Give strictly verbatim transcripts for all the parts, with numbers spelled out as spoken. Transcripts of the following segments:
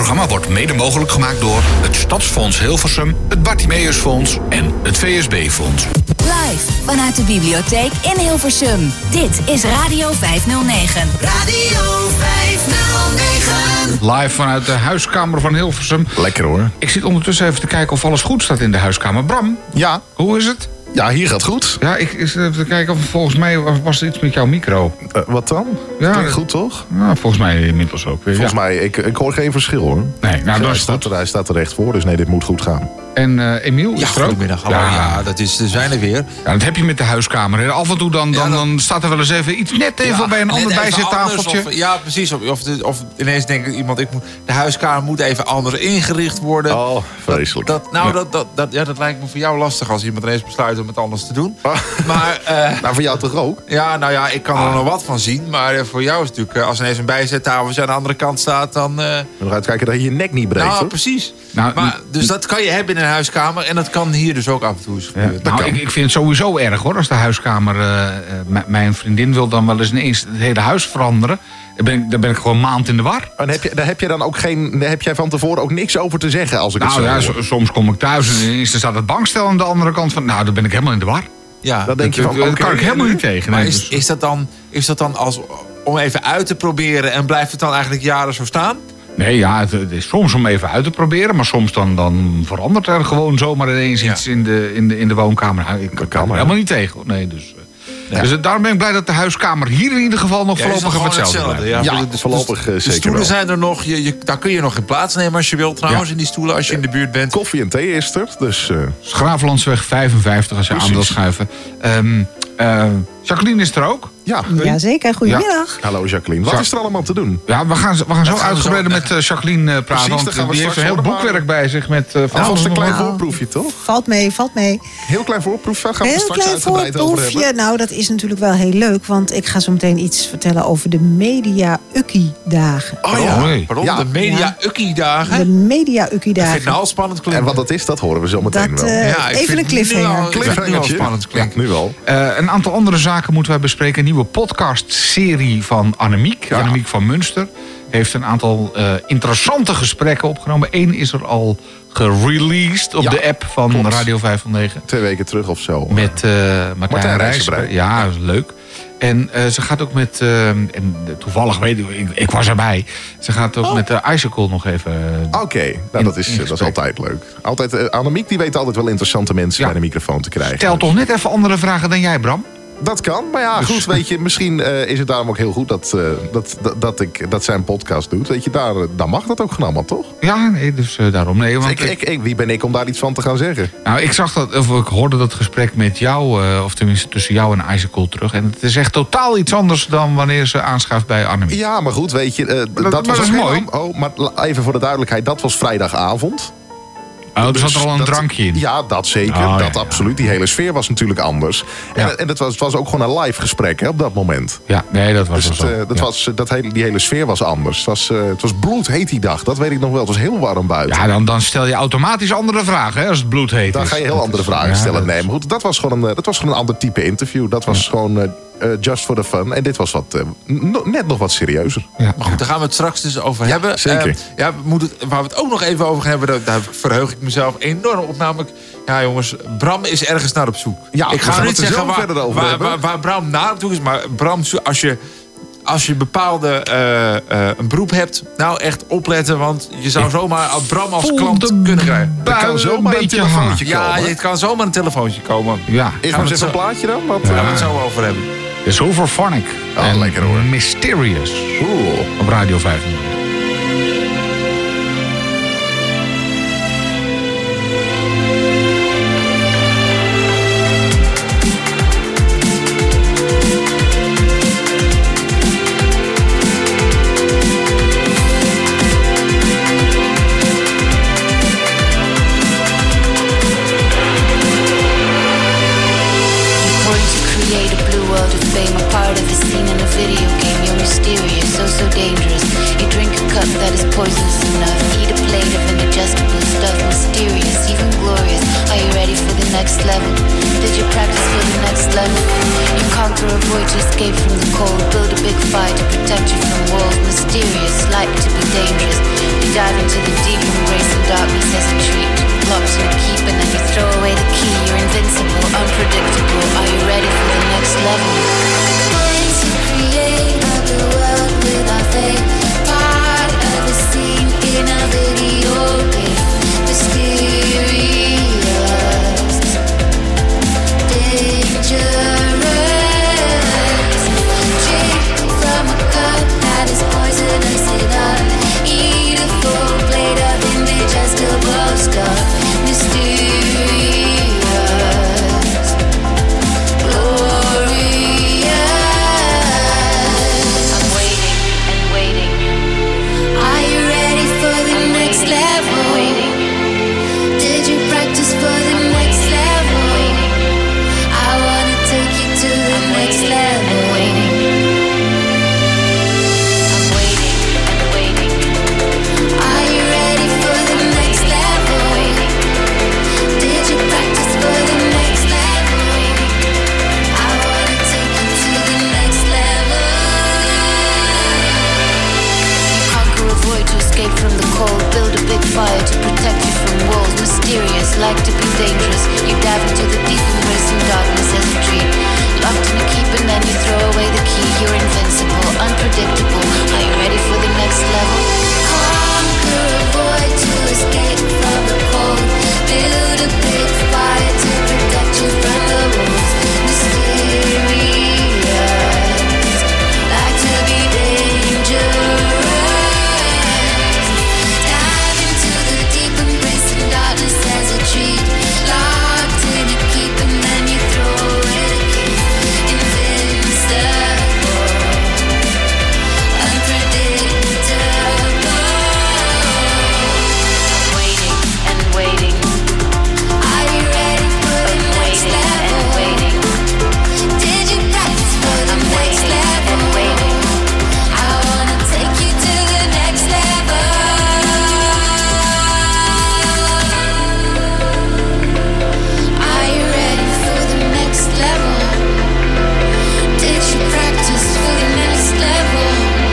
programma wordt mede mogelijk gemaakt door het Stadsfonds Hilversum, het Bartimeusfonds en het V S B-fonds. Live vanuit de bibliotheek in Hilversum. Dit is Radio vijfhonderdnegen. Radio vijfhonderdnegen. Live vanuit de huiskamer van Hilversum. Lekker hoor. Ik zit ondertussen even te kijken of alles goed staat in de huiskamer. Bram, Ja, hoe is het? ja hier gaat goed. Ja, ik zit even te kijken of volgens mij was er iets met jouw micro. Uh, wat dan? Ja, Klinkt dat- goed toch? Nou, volgens mij inmiddels ook weer. Volgens ja. mij, ik, ik hoor geen verschil hoor. Nee, nou, hij, dat is staat goed. er, hij staat er recht voor, dus nee, dit moet goed gaan. En uh, Emiel, Ja, is er ook? goedemiddag. Hallo. Ja, ja dat is, er zijn er weer. Ja, dat heb je met de huiskamer. hè. Af en toe dan, dan, Ja, dat- dan staat er wel eens even iets net even Ja, bij een net ander even bijzettafeltje. anders, Of, ja, precies. Of, of, de- of ineens denkt iemand, ik moet, de huiskamer moet even anders ingericht worden. Oh, vreselijk. Dat, nou, Ja. dat, dat, dat, ja, dat lijkt me voor jou lastig als iemand ineens besluit om het anders te doen. Ah. Maar eh, Nou, voor jou toch ook? ja, nou ja, ik kan er nog wat van zien. Maar eh, voor jou is het natuurlijk, eh, als ineens een bijzettafeltje aan de andere kant staat, dan... eh, Nog uitkijken dat je je nek niet breekt nou, hoor. precies. Nou, maar, dus dat kan je hebben in een huiskamer. En dat kan hier dus ook af en toe eens Ja, gebeuren. nou, ik, ik vind het sowieso erg hoor. Als de huiskamer. eh, eh, m- mijn vriendin wil dan wel eens ineens het hele huis veranderen. Dan ben ik, dan ben ik gewoon een maand in de war. En heb je, daar heb je dan ook geen, daar heb jij van tevoren ook niks over te zeggen als ik Nou het zo ja, hoor. s- soms kom ik thuis en ineens staat het bankstel aan de andere kant van. Nou, dan ben ik helemaal in de war. Ja, Dan denk je dat van, dat oké, kan ik helemaal niet tegen. Maar Nee, is, dus- is, dat dan, is dat dan als, om even uit te proberen en blijft het dan eigenlijk jaren zo staan? Nee, ja, het, het is soms om even uit te proberen. Maar soms dan, dan verandert er gewoon zomaar ineens Ja. iets in de, in de, in de woonkamer. Nou, ik kan kan er maar. helemaal niet tegen. hoor. Nee, dus, eh, Ja. dus daarom ben ik blij dat de huiskamer hier in ieder geval nog Ja, is voorlopig nog even gewoon hetzelfde blijft. Ja, Ja, de- de- voorlopig, de, eh, de zeker stoelen wel. zijn er nog. Je, je, daar kun je nog in plaats nemen als je wilt trouwens Ja. in die stoelen. Als je in de buurt bent. Koffie en thee is er, dus... eh, Graaflandsweg vijfenvijftig als je Precies. aan wil schuiven. Ehm, eh, Jacqueline is er ook. ja. Jazeker, goedemiddag. Hallo Jacqueline, wat Ja. is er allemaal te doen? Ja, we gaan, we gaan zo gaan we uitgebreider zo- met eh, Jacqueline eh, praten. Precies, want daar gaan we die heeft straks een heel horen, maar- boekwerk bij zich met uh, van alles Alvast een en nog klein wat. voorproefje, toch? Valt mee, valt mee. Heel klein voorproefje, gaan we Heel straks klein uitgebreid over hebben. voorproefje. Nou, dat is natuurlijk wel heel leuk. Want ik ga zo meteen iets vertellen over de Media Ukkie-dagen. Oh Oh, nee. Pardon, Ja. de Media Ukkie-dagen. De Media Ik vind het Ukkie-dagen. nou al spannend En klinken. wat dat is, dat horen we zo meteen Dat, wel. eh, Ja, ik even vind een cliffhanger. nu al- ik vind het nu al Cliffhangertje. spannend Ja, klinken. nu wel. Eh, een aantal andere zaken moeten wij bespreken. Een nieuwe podcastserie van Annemiek. Ja. Annemiek van Munster heeft een aantal eh, interessante gesprekken opgenomen. Eén is er al gereleased op Ja, de app van klopt. Radio vijfhonderdnegen. Twee weken terug of zo. Met eh Martijn, Martijn Rijsberg. Rijsberg. Ja, dat is leuk. En eh, ze gaat ook met, eh, en toevallig weet ik, ik, ik was erbij. Ze gaat ook met uh, Icicle nog even. eh, Oké, nou, In- dat, is, in dat is gesprek. altijd leuk. Altijd, uh, Annemiek die weet altijd wel interessante mensen Ja. bij de microfoon te krijgen. Stel toch net even andere vragen dan jij, Bram? Dat kan, maar ja, Dus- goed, weet je, misschien uh, is het daarom ook heel goed dat, uh, dat, dat, dat, ik, dat zij een podcast doet. Weet je, daar, uh, dan mag dat ook gewoon allemaal, toch? Ja, nee, dus uh, daarom. Nee, want Ik, ik, ik, wie ben ik om daar iets van te gaan zeggen? Nou, ik zag dat, of ik hoorde dat gesprek met jou, uh, of tenminste tussen jou en Icicle terug. En het is echt totaal iets anders dan wanneer ze aanschuift bij Annemiek. Ja, maar goed, weet je, uh, dat, maar was dat is ook mooi. helemaal- Oh, maar la- even voor de duidelijkheid, dat was vrijdagavond. Oh, er Dus zat er al een dat- drankje in. Ja, dat zeker. Oh, dat ja, absoluut. Die hele sfeer was natuurlijk anders. Ja. En, en het, was, het was ook gewoon een live gesprek hè, op dat moment. Ja, nee, dat was Dus wel het, zo. eh, dat ja. was, dat hele, die hele sfeer was anders. Het was, uh, het was bloedheet die dag, dat weet ik nog wel. Het was heel warm buiten. Ja, dan, dan stel je automatisch andere vragen hè, als het bloedheet Dan is. ga je heel Dat andere is- vragen ja, stellen. dat Nee, is- maar goed, dat was gewoon een, uh, dat was gewoon een ander type interview. Dat was gewoon uh, uh, just for the fun. En dit was wat, uh, no- net nog wat serieuzer. Ja. Maar goed, daar gaan we het straks dus over Ja, hebben. zeker. Eh, ja, we moeten, waar we het ook nog even over hebben, daar, daar verheug ik mezelf enorm op. Namelijk, ja jongens, Bram is ergens naar op zoek. Ja, ik we ga gaan niet het er zeggen zo waar, verder over waar, hebben. waar, waar Bram naar op zoek is. Maar Bram, als je, als je bepaalde eh, eh, een beroep hebt, nou echt opletten. Want je zou zomaar als Bram als Voel klant de kunnen krijgen. Er kan bui zomaar een beetje telefoontje Ja, komen. het kan zomaar een telefoontje komen. Ja, Eerst Gaan maar we eens even het een plaatje dan. Wat, Daar uh, gaan we het zo over hebben. de Silverphonic. Oh, en lekker, hoor. Mysterious cool. op Radio vijfhonderdnegen. Wanting to create a blue world of fame, a part of the scene in a video game. You're mysterious, so so dangerous. You drink a cup that is poisonous enough. Eat a plate of indigestible stuff, mysterious, even glorious. I Are you ready for the next level? Did you practice for the next level? You conquer a void to escape from the cold. Build a big fire to protect you from walls. Mysterious, like to be dangerous. You dive into the deep embrace of darkness as a treat. Locked in a keep and then you throw away the key. You're invincible, unpredictable. Are you ready for the next level? Going to create another world without fate. Part of the scene in a video game. Mysterious, dangerous. Drink from a cup that is poisonous enough. Eat a full plate of indigestible stuff. Mysterious, glorious. I'm waiting and waiting. Are you ready for the I'm next waiting, level? I'm waiting. Did you practice for the I'm next waiting, level? I'm waiting. I wanna take you to the I'm next waiting, level. I'm waiting. I'm waiting and waiting. Are you ready for the next level? I'm waiting. Did you practice for the next level? I'm waiting. I wanna take you to the next level. You conquer a void to escape from the cold. Build a big fire to protect you from walls. Mysterious, like to be dangerous. You dive into the deep embracing darkness as a dream. Locked in a keep and then you throw away the key. You're invincible, unpredictable. Are you ready for the next level? Conquer a void to escape from the cold. Build a big fire to protect you from the wolves. Mysterious, like to be dangerous. Dive into the deep embracing darkness as a treat. Locked in a keep and then you throw away the key. Invincible, unpredictable. I'm waiting and waiting. Are you ready for the next level? And waiting. Did you practice for the next level? And waiting. I wanna take you to the next level. Are you ready for the next level? Did you practice for the next level?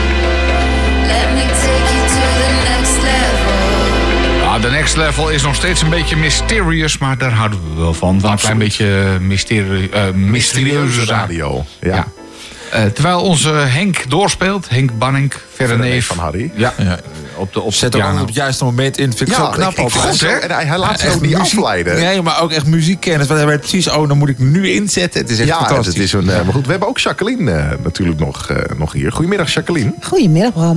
Let me take you to the next level. Ja, de next level is nog steeds een beetje mysterious, maar daar houden we wel van. Wel een klein beetje mysterie, uh, mysterieuze radio. Ja. Ja. Uh, terwijl onze Henk doorspeelt, Henk Banning, verre neef van Harry. Ja, Ja. op de op Zet de ook piano. op het juiste moment in. Vind ik Ja, zo knap. ik, ik ook. vind het zo- en hij, hij laat zich Echt ook niet muziek- afleiden. Nee, maar ook echt muziekkennis. Want hij weet precies, oh, dan moet ik nu inzetten. Het is echt Ja, fantastisch. het is een, uh, maar goed, we hebben ook Jacqueline uh, natuurlijk nog, uh, nog hier. Goedemiddag, Jacqueline. Goedemiddag, Bram.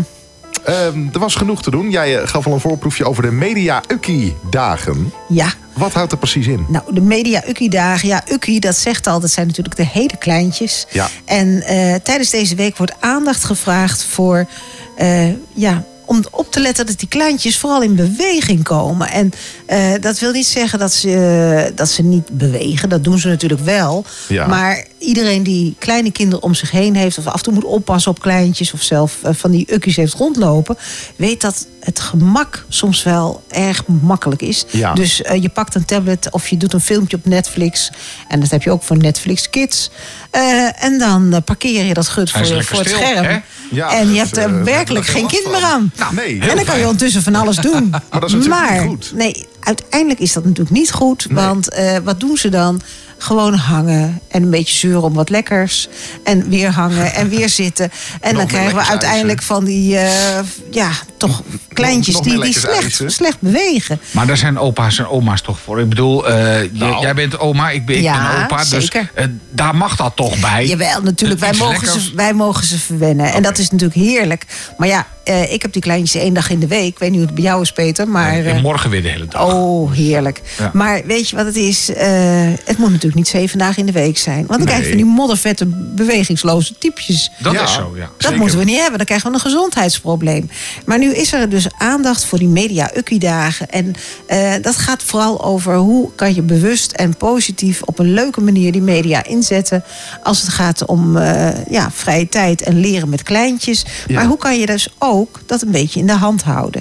Um, er was genoeg te doen. Jij uh, gaf al een voorproefje over de Media Ukkie-dagen. Ja, Wat houdt er precies in? nou, de Media Ukkie-dagen. Ja, Ukkie, dat zegt al, dat zijn natuurlijk de hele kleintjes. Ja. En eh, tijdens deze week wordt aandacht gevraagd voor... eh, ja, om op te letten dat die kleintjes vooral in beweging komen. En eh, dat wil niet zeggen dat ze, dat ze niet bewegen. Dat doen ze natuurlijk wel. Ja. Maar iedereen die kleine kinderen om zich heen heeft... of af en toe moet oppassen op kleintjes... of zelf eh, van die ukkies heeft rondlopen... weet dat het gemak soms wel erg makkelijk is. Ja. Dus uh, je pakt een tablet of je doet een filmpje op Netflix. En dat heb je ook voor Netflix Kids. Uh, en dan uh, parkeer je dat gut Hij is voor, lekker voor het stil, scherm. hè? Ja, en je dat, hebt uh, er we werkelijk hebben er geen geen kind last meer van. aan. Nou, nee, heel en dan kan je fijn. ondertussen van alles doen. Maar dat is natuurlijk Maar, niet goed. Nee, uiteindelijk is dat natuurlijk niet goed. Nee. Want uh, wat doen ze dan? Gewoon hangen en een beetje zeuren om wat lekkers. En weer hangen en weer zitten. En Nog dan meer krijgen we lekkers uiteindelijk eisen. van die, uh, ja, toch kleintjes nog die, meer die lekkers slecht, eisen. slecht bewegen. Maar daar zijn opa's en oma's toch voor. Ik bedoel, uh, j- Nou. jij bent oma, ik ben, ik Ja, ben opa. zeker. Dus uh, daar mag dat toch bij. Jawel, natuurlijk. Wij Iets mogen, lekkers. ze, wij mogen ze verwennen. En dat is natuurlijk heerlijk. Maar ja, uh, ik heb die kleintjes één dag in de week. Ik weet niet hoe het bij jou is, Peter. Maar, En uh, morgen weer de hele dag. oh, heerlijk. Ja. Maar weet je wat het is? Uh, het moet natuurlijk niet zeven dagen in de week zijn. Want dan Nee. krijg je van die moddervette, bewegingsloze typjes. Dat Ja. is zo, ja. Dat Zeker. moeten we niet hebben. Dan krijgen we een gezondheidsprobleem. Maar nu is er dus aandacht voor die media-ukkie-dagen. En uh, dat gaat vooral over hoe kan je bewust en positief op een leuke manier die media inzetten. Als het gaat om uh, ja, vrije tijd en leren met kleintjes. Ja. Maar hoe kan je dus ook dat een beetje in de hand houden?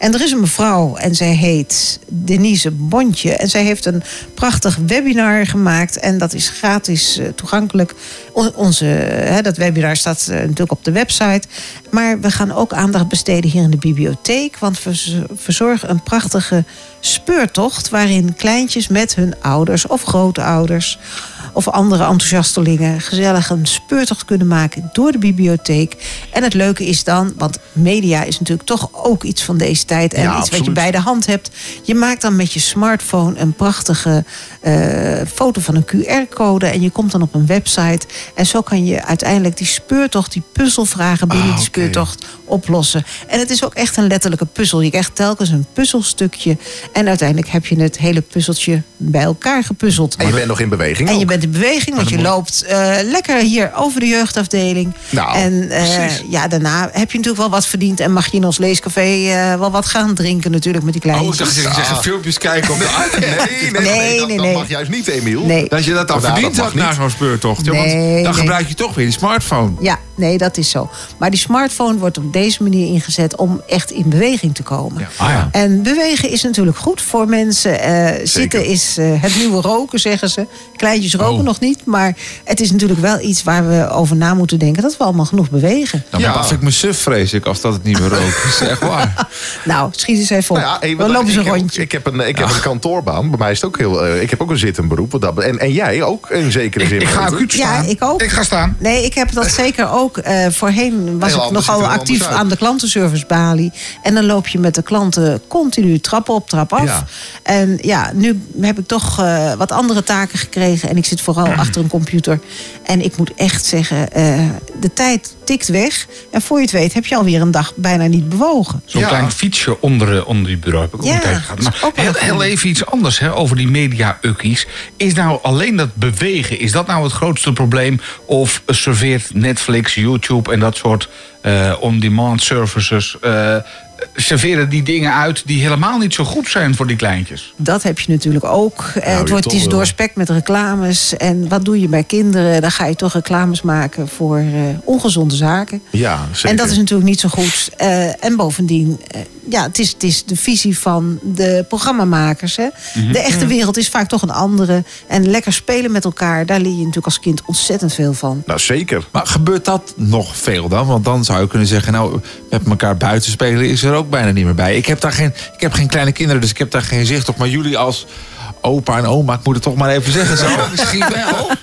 En er is een mevrouw en zij heet Denise Bontje. En zij heeft een prachtig webinar gemaakt. En dat is gratis uh, toegankelijk. O- onze, hè, dat webinar staat uh, natuurlijk op de website. Maar we gaan ook aandacht besteden hier in de bibliotheek. Want we z- verzorgen een prachtige speurtocht... waarin kleintjes met hun ouders of grootouders... of andere enthousiastelingen gezellig een speurtocht kunnen maken door de bibliotheek. En het leuke is dan, want media is natuurlijk toch ook iets van deze tijd... en Ja, iets absoluut. wat je bij de hand hebt. Je maakt dan met je smartphone een prachtige uh, foto van een Q R-code... en je komt dan op een website. En zo kan je uiteindelijk die speurtocht, die puzzelvragen binnen Ah, die oké. speurtocht oplossen. En het is ook echt een letterlijke puzzel. Je krijgt telkens een puzzelstukje. En uiteindelijk heb je het hele puzzeltje bij elkaar gepuzzeld. En je bent nog in beweging En je ook. bent in beweging, want je loopt uh, lekker hier over de jeugdafdeling. Nou, en uh, precies. ja, daarna heb je natuurlijk wel wat verdiend... en mag je in ons leescafé uh, wel wat gaan drinken natuurlijk met die Oh, ik kleintjes. dacht, je zegt filmpjes kijken op de Nee, nee, nee, Nee, dat, nee, dat nee. mag juist niet, Emiel. Nee. Dat je dat dan Oh, nou, verdiend dat had mag na niet. zo'n speurtocht. Ja, want Nee, dan nee. gebruik je toch weer die smartphone. Ja, nee, dat is zo. Maar die smartphone wordt op deze manier ingezet om echt in beweging te komen. Ja. Ah, ja. En bewegen is natuurlijk goed voor mensen. Uh, zitten is uh, het nieuwe roken, zeggen ze. Kleintjes roken Oh. nog niet. Maar het is natuurlijk wel iets waar we over na moeten denken. Dat we allemaal genoeg bewegen. Dan Ja. baf ik me suf, vrees ik, als dat het niet meer rookt. Dat is echt waar. Nou, schiet eens even op. Nou ja, hey, Dan wat- lopen ze ik een heb- rondje. Ik heb een, ik heb een kantoorbaan. Bij mij is het ook heel. Uh, ik heb ook een zittend beroep. Wat dat, be- en, en jij ook in zekere zin. Ik ga Wouter. acuut staan. Ja, ik ook. Ik ga staan. Nee, ik heb dat zeker ook. Uh, voorheen was Heel ik anders nogal ziet er actief anders uit. aan de klantenservicebalie. En dan loop je met de klanten continu trap op, trap af. Ja. En ja, nu heb ik toch uh, wat andere taken gekregen. En ik zit vooral achter een computer. En ik moet echt zeggen, uh, de tijd tikt weg. En voor je het weet heb je alweer een dag bijna niet bewogen. Zo'n Ja. klein fietsje onder, eh, onder die bureau heb ik ook Ja, een tijd gehad. dat is Maar ook wel heel, goed. heel even iets anders hè, over die media-ukkies. Is nou alleen dat bewegen, is dat nou het grootste probleem? Of serveert Netflix, YouTube en dat soort uh, on-demand services... Uh, serveren die dingen uit die helemaal niet zo goed zijn voor die kleintjes? Dat heb je natuurlijk ook. Eh, je het wordt, toch het is wel. doorspekt met reclames. En wat doe je bij kinderen? Dan ga je toch reclames maken voor uh, ongezonde zaken. Ja, zeker. En dat is natuurlijk niet zo goed. Uh, en bovendien, uh, ja, het is, het is de visie van de programmamakers. Hè? Mhm. De echte wereld is vaak toch een andere. En lekker spelen met elkaar, daar leer je natuurlijk als kind ontzettend veel van. Nou, zeker. Maar gebeurt dat nog veel dan? Want dan zou je kunnen zeggen, nou, met elkaar buiten spelen is er ook bijna niet meer bij. Ik heb daar geen, ik heb geen kleine kinderen, dus ik heb daar geen zicht op. Maar jullie als opa en oma, ik moet het toch maar even zeggen zo. Misschien wel.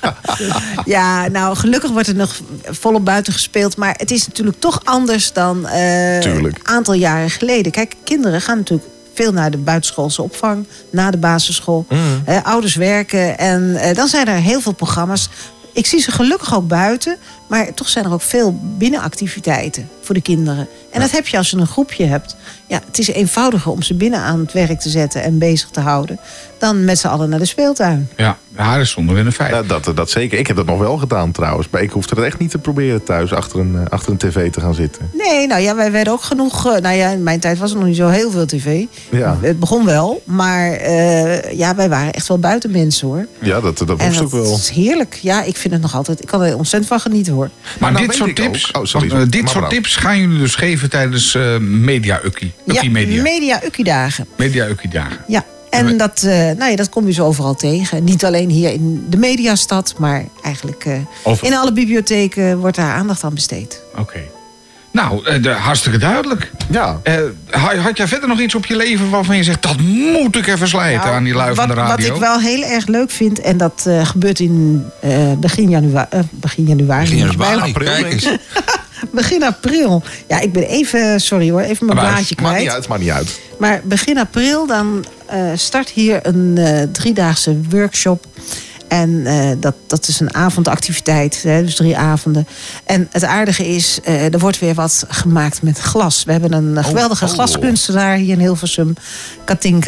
Ja, nou, gelukkig wordt er nog volop buiten gespeeld. Maar het is natuurlijk toch anders dan uh, een aantal jaren geleden. Kijk, kinderen gaan natuurlijk veel naar de buitenschoolse opvang, na de basisschool. Mm. Uh, ouders werken en uh, dan zijn er heel veel programma's. Ik zie ze gelukkig ook buiten, maar toch zijn er ook veel binnenactiviteiten voor de kinderen. En dat heb je als je een groepje hebt. Ja, het is eenvoudiger om ze binnen aan het werk te zetten en bezig te houden dan met z'n allen naar de speeltuin. Ja, ja dat is zonder weer een feit. Ja, dat, dat zeker. Ik heb dat nog wel gedaan trouwens. Maar ik hoefde het echt niet te proberen thuis achter een, uh, achter een tv te gaan zitten. Nee, nou ja, wij werden ook genoeg... Uh, nou ja, in mijn tijd was er nog niet zo heel veel tv. Ja. Het begon wel, maar uh, ja, wij waren echt wel buitenmensen hoor. Ja, dat, dat en moest dat ook wel. is heerlijk. Ja, ik vind het nog altijd... Ik kan er ontzettend van genieten hoor. Maar nou dit weet soort ik tips, ook. Oh, sorry. want, uh, dit Maar soort maar tips gaan jullie dus geven tijdens uh, Media-Ukkie. Ja, Media. Media-Ukkie-dagen. Media-Ukkie-dagen. Ja. En dat, uh, nou ja, dat kom je zo overal tegen. Niet alleen hier in de mediastad, maar eigenlijk uh, Over... in alle bibliotheken wordt daar aandacht aan besteed. Oké. Okay. Nou, uh, de, hartstikke duidelijk. Ja. Uh, had jij verder nog iets op je leven waarvan je zegt... dat moet ik even slijten Nou, aan die lui van de wat, radio? wat ik wel heel erg leuk vind... en dat uh, gebeurt in uh, begin, janua- uh, begin januari. Begin januari, april, kijk eens. Begin april. Ja, ik ben even, sorry hoor, even mijn Maar blaadje Maakt niet kwijt. uit, maakt niet uit. Maar begin april dan uh, start hier een uh, driedaagse workshop. En uh, dat, dat is een avondactiviteit, hè, dus drie avonden. En het aardige is, uh, er wordt weer wat gemaakt met glas. We hebben een uh, geweldige oh. glaskunstenaar hier in Hilversum, Katinka.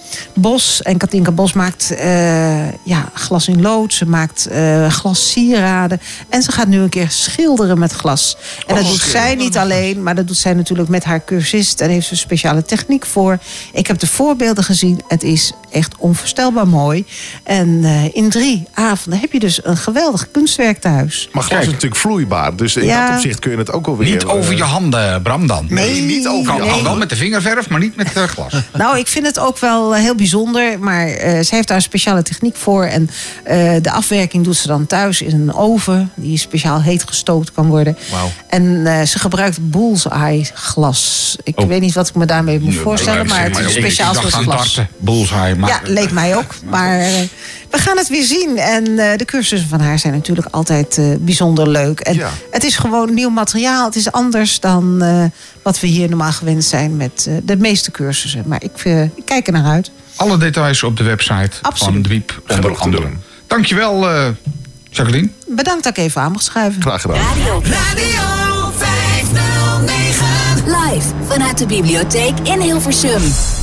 Bos. En Katinka Bos maakt uh, ja, glas in lood. Ze maakt uh, glassieraden. En ze gaat nu een keer schilderen met glas. En dat oh, doet zij niet alleen, maar dat doet zij natuurlijk met haar cursist. En heeft ze een speciale techniek voor. Ik heb de voorbeelden gezien. Het is echt onvoorstelbaar mooi. En uh, in drie avonden heb je dus een geweldig kunstwerk thuis. Maar glas is natuurlijk vloeibaar. Dus in ja. dat opzicht kun je het ook alweer... Niet over je handen, Bram, dan. Nee, nee niet over nee. je handen. Wel met de vingerverf, maar niet met uh, glas. Nou, ik vind het ook wel heel bijzonder. Maar uh, ze heeft daar een speciale techniek voor. En uh, de afwerking doet ze dan thuis in een oven. Die speciaal heet gestookt kan worden. Wow. En uh, ze gebruikt bullseye glas. Ik oh. weet niet wat ik me daarmee moet nee, voorstellen. Maar het is een speciaal soort glas. Bullseye. Maar... Ja, leek mij ook. Maar uh, we gaan het weer zien. En uh, de cursussen van haar zijn natuurlijk altijd uh, bijzonder leuk. En ja. het is gewoon nieuw materiaal. Het is anders dan uh, wat we hier normaal gewend zijn met uh, de meeste cursussen. Maar ik, uh, ik kijk er naar uit. Alle details op de website Absoluut. van Dwiep onder andere. Dankjewel, uh, Jacqueline. Bedankt dat ik even aan mocht schuiven. Graag gedaan. Radio, Radio vijfhonderdnegen. Live vanuit de bibliotheek in Hilversum.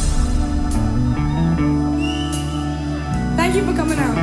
Thank you for coming out.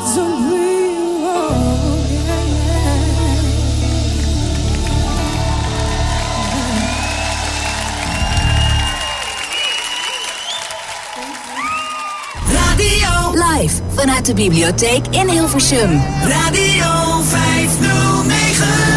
Live vanuit de bibliotheek in Hilversum. Radio vijfhonderdnegen.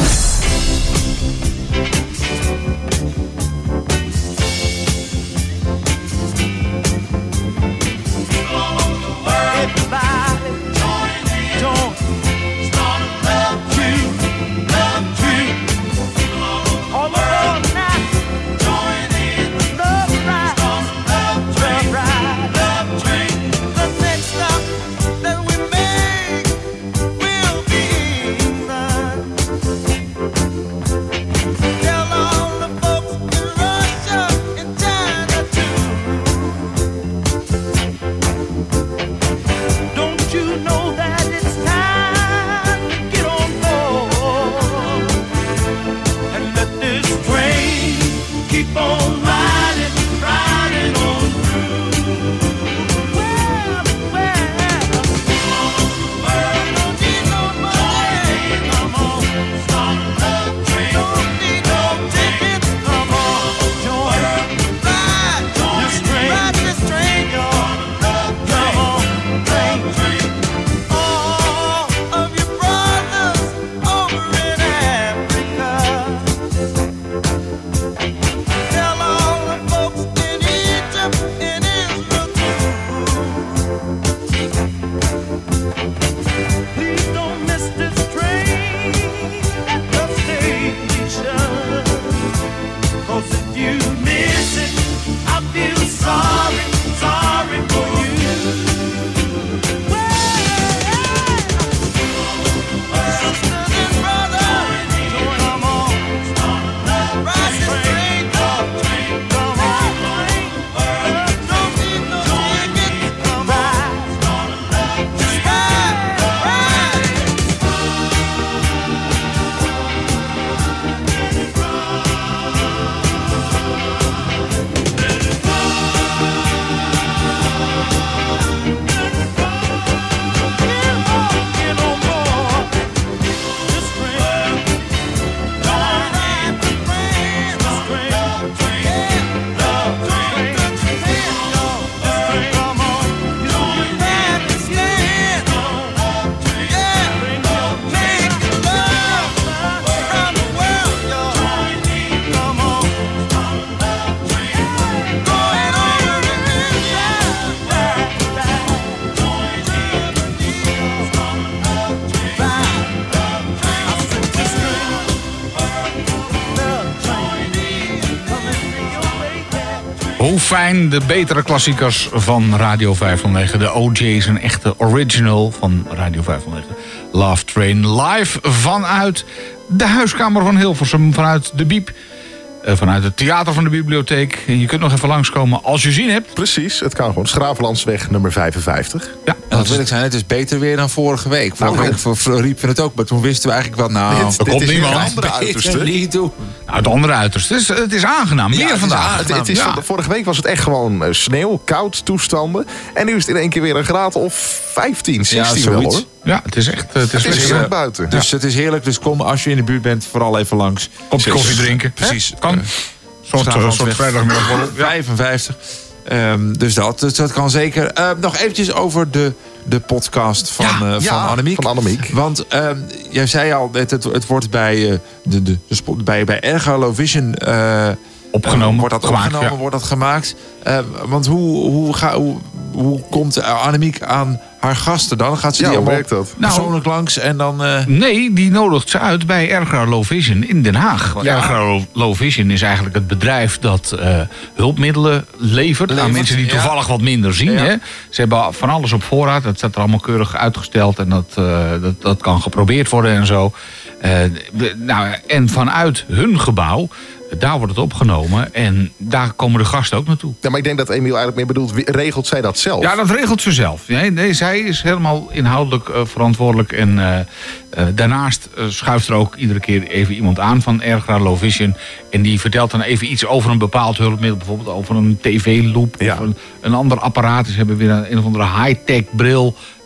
Hoe fijn, de betere klassiekers van Radio vijfhonderdnegen. De O J's, een echte original van Radio vijfhonderdnegen. Love Train, live vanuit de huiskamer van Hilversum. Vanuit de Biep. Uh, vanuit het theater van de bibliotheek. En je kunt nog even langskomen als je zin hebt. Precies, het kan gewoon. Schravenlandsweg nummer vijfenvijftig. Ja, en dat wil ik zijn, het is beter weer dan vorige week. Vorige nou, week voor, voor riepen het ook, maar toen wisten we eigenlijk wel... nou, dit, er komt niemand. Het andere uiterste. Niet doen. Nou, het andere uiterste. Het is, het is aangenaam. Meer ja, vandaag. Het, het is ja. van, vorige week was het echt gewoon uh, sneeuw, koud toestanden. En nu is het in één keer weer een graad of vijftien, zestien ja, wel hoor. Ja, het is echt het is het is lekker buiten. Dus ja. het is heerlijk. Dus kom als je in de buurt bent, vooral even langs. Kopje koffie drinken. Precies. Kan. Uh, Een soort, soort vrijdagmiddag worden. vijfenvijftig. Um, dus dat, dus dat kan zeker. Uh, nog eventjes over de, de podcast van, ja, uh, van ja, Annemiek. Van Annemiek. Want um, jij zei al, het, het, het wordt bij, uh, de, de, de spot, bij, bij Erga Low Vision uh, opgenomen. Uh, wordt dat gemaakt, opgenomen, ja. wordt dat gemaakt. Uh, want hoe, hoe, ga, hoe, hoe komt Annemiek aan haar gasten dan? Gaat ze ja, die hoe allemaal werkt dat? persoonlijk nou, langs en dan... Uh... Nee, die nodigt ze uit bij Erga Low Vision in Den Haag. Ja. Erga Low Vision is eigenlijk het bedrijf dat uh, hulpmiddelen levert, levert aan mensen die toevallig ja. wat minder zien. Ja. Hè? Ze hebben van alles op voorraad. Dat staat er allemaal keurig uitgesteld en dat, uh, dat, dat kan geprobeerd worden en zo. Uh, de, nou, en vanuit hun gebouw, daar wordt het opgenomen en daar komen de gasten ook naartoe. Ja, maar ik denk dat Emiel eigenlijk meer bedoelt, regelt zij dat zelf? Ja, dat regelt ze zelf. Nee, nee, zij is helemaal inhoudelijk uh, verantwoordelijk. En uh, uh, daarnaast uh, schuift er ook iedere keer even iemand aan van Erga Low Vision. En die vertelt dan even iets over een bepaald hulpmiddel. Bijvoorbeeld over een tv-loop ja. of een, een ander apparaat. Ze hebben weer een, een of andere high-tech bril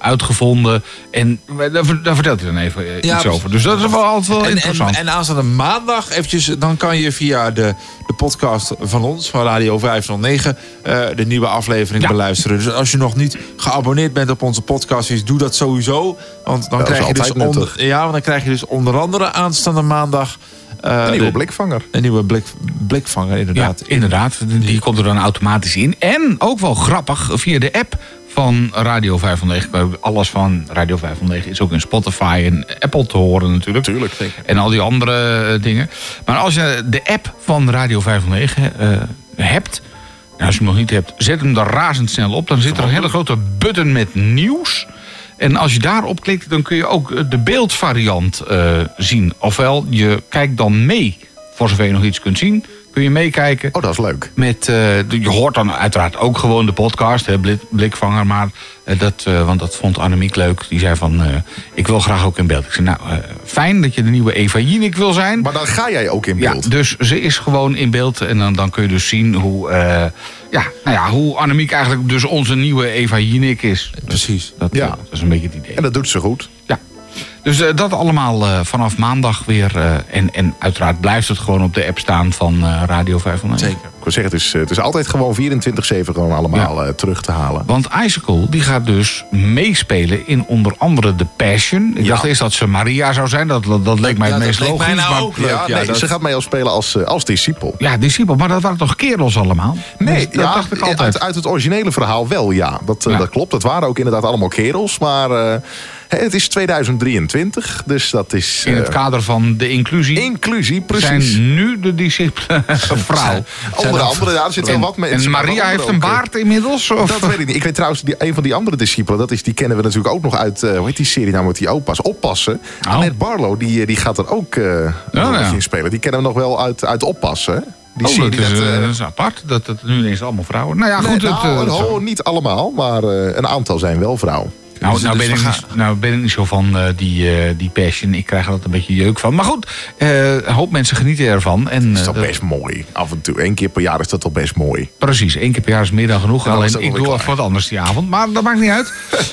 uitgevonden. En daar, daar vertelt hij dan even uh, Ja, iets over. Dus dat is wel altijd wel En, en, interessant. en aanstaande maandag eventjes, dan kan je via de, de podcast van ons, van Radio vijfhonderdnegen, uh, de nieuwe aflevering Ja. beluisteren. Dus als je nog niet geabonneerd bent op onze podcast, is, doe dat sowieso. Want dan, Dat is krijg je, dus altijd onder, nuttig. ja, want dan krijg je dus onder andere aanstaande maandag uh, Een nieuwe de- blikvanger. Een nieuwe blik, blikvanger, Ja, inderdaad. inderdaad. Die komt er dan automatisch in. En ook wel grappig, via de app van Radio vijfhonderdnegen. Alles van Radio vijfhonderdnegen is ook in Spotify en Apple te horen natuurlijk. Tuurlijk, zeker. En al die andere uh, dingen. Maar als je de app van Radio vijfhonderdnegen uh, hebt... Nou, als je hem nog niet hebt, zet hem er razendsnel op. Dan zit er een hele grote button met nieuws. En als je daarop klikt, dan kun je ook de beeldvariant uh, zien. Ofwel, je kijkt dan mee, voor zover je nog iets kunt zien... kun je meekijken. Oh, dat is leuk. Met, uh, de- je hoort dan uiteraard ook gewoon de podcast, hè, Blik, Blikvanger. Maar uh, dat, uh, want dat vond Annemiek leuk. Die zei van, uh, ik wil graag ook in beeld. Ik zei, nou, uh, fijn dat je de nieuwe Eva Jinek wil zijn. Maar dan ga jij ook in Ja, beeld. dus ze is gewoon in beeld. En dan, dan kun je dus zien hoe, uh, ja, nou ja, hoe Annemiek eigenlijk dus onze nieuwe Eva Jinek is. Precies. Dat, Ja. uh, dat is een beetje het idee. En dat doet ze goed. Ja. Dus uh, dat allemaal uh, vanaf maandag weer. Uh, en, en uiteraard blijft het gewoon op de app staan van uh, Radio vijfhonderdnegen. Zeker. Ik wil zeggen, het is, het is altijd gewoon vierentwintig zeven gewoon allemaal eh, terug te halen. Want Icicle die gaat dus meespelen in onder andere The Passion. Ik Ja. dacht eerst dat ze Maria zou zijn. Dat, dat, dat leek mij Ja, het dat meest leek logisch. mij nou maar- ook leuk. Ja, Ja, nee, dat- ze gaat mij al spelen als, eh, als discipel. Ja, discipel. Maar dat waren toch kerels allemaal? Nee, dat ja, dacht ik altijd. Uit, uit het originele verhaal wel, ja. Dat, eh, Ja. dat klopt. Dat waren ook inderdaad allemaal kerels. Maar eh, het is tweeduizend drieëntwintig, dus dat is... In het eh, kader van de inclusie inclusie, precies. zijn nu de discipelen vrouw. Onder andere, ja, er zit wel En, wat mensen. en maar Maria waaronder heeft een ook, eh, baard inmiddels? Of? Dat weet ik niet. Ik weet trouwens, die, een van die andere discipelen, dat is, die kennen we natuurlijk ook nog uit, uh, hoe heet die serie nou met die opa's? Oppassen. Oh. Annette Barlow, die, eh, die gaat er ook uh, ja. in spelen. Die kennen we nog wel uit, uit Oppassen. hè? Die Oh, serie dat is, dat, eh, eh, dat is apart. Dat het nu ineens allemaal vrouwen. Nou ja, nee, goed. nou, het, eh, een zo. ho- niet allemaal, maar uh, een aantal zijn wel vrouw. Nou, Dus- nou, dus ben we ik gaan- niet, nou ben ik niet zo van uh, die, uh, die passion. Ik krijg er altijd een beetje jeuk van. Maar goed, uh, een hoop mensen genieten ervan. En, Dat is uh, toch dat- best mooi. Af en toe. Eén keer per jaar is dat toch best mooi. Precies, één keer per jaar is meer dan genoeg. dan is Alleen het ook ik wel doe weer wat wat anders die avond. Maar dat maakt niet uit.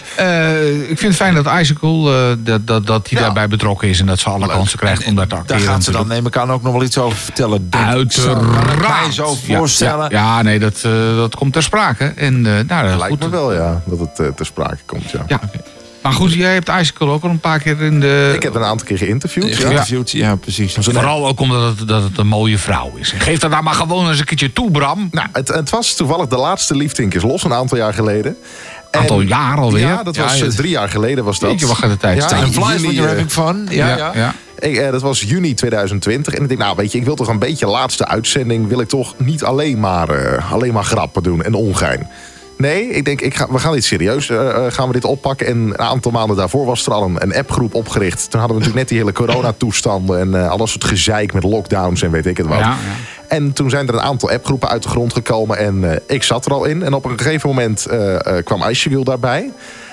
uh, ik vind het fijn dat Icicle uh, dat, dat, dat die Ja. daarbij betrokken is. En dat ze alle Leuk. kansen krijgt om daar te Daar acteren. gaat ze dan, natuurlijk. neem ik aan, ook nog wel iets over vertellen. Denk ik. Uiteraard. Kan ik mij zo Ja, voorstellen. Ja, ja, nee, dat, uh, dat komt ter sprake. En, uh, nou, Lijkt goed. me wel, ja, dat het uh, ter sprake komt, ja. Ja. Maar goed, jij hebt Icicle ook al een paar keer in de... Ik heb een aantal keer geïnterviewd. Ja. Geïnterviewd, ja, precies. Vooral ook omdat het, dat het een mooie vrouw is. Geef dat nou maar gewoon eens een keertje toe, Bram. Nou, het, het was toevallig de laatste Liefdink is los, een aantal jaar geleden. En- Aantal jaar alweer? Ja, dat Ja, was je- uh, drie jaar geleden was dat. Jeetje, wat gaat de tijd Ja, staan. in En flies when juni, you're eh, having fun. Ja, ja. ja, ja. Ik, eh, dat was juni tweeduizend twintig. En ik denk, nou weet je, ik wil toch een beetje laatste uitzending. Wil ik toch niet alleen maar, uh, alleen maar grappen doen en ongein. Nee, ik denk, ik ga, we gaan dit serieus uh, uh, gaan we dit oppakken. En een aantal maanden daarvoor was er al een, een appgroep opgericht. Toen hadden we natuurlijk net die hele coronatoestanden. En uh, alles soort gezeik met lockdowns en weet ik het wat. Ja, ja. En toen zijn er een aantal appgroepen uit de grond gekomen. En uh, ik zat er al in. En op een gegeven moment uh, uh, kwam Icicle daarbij.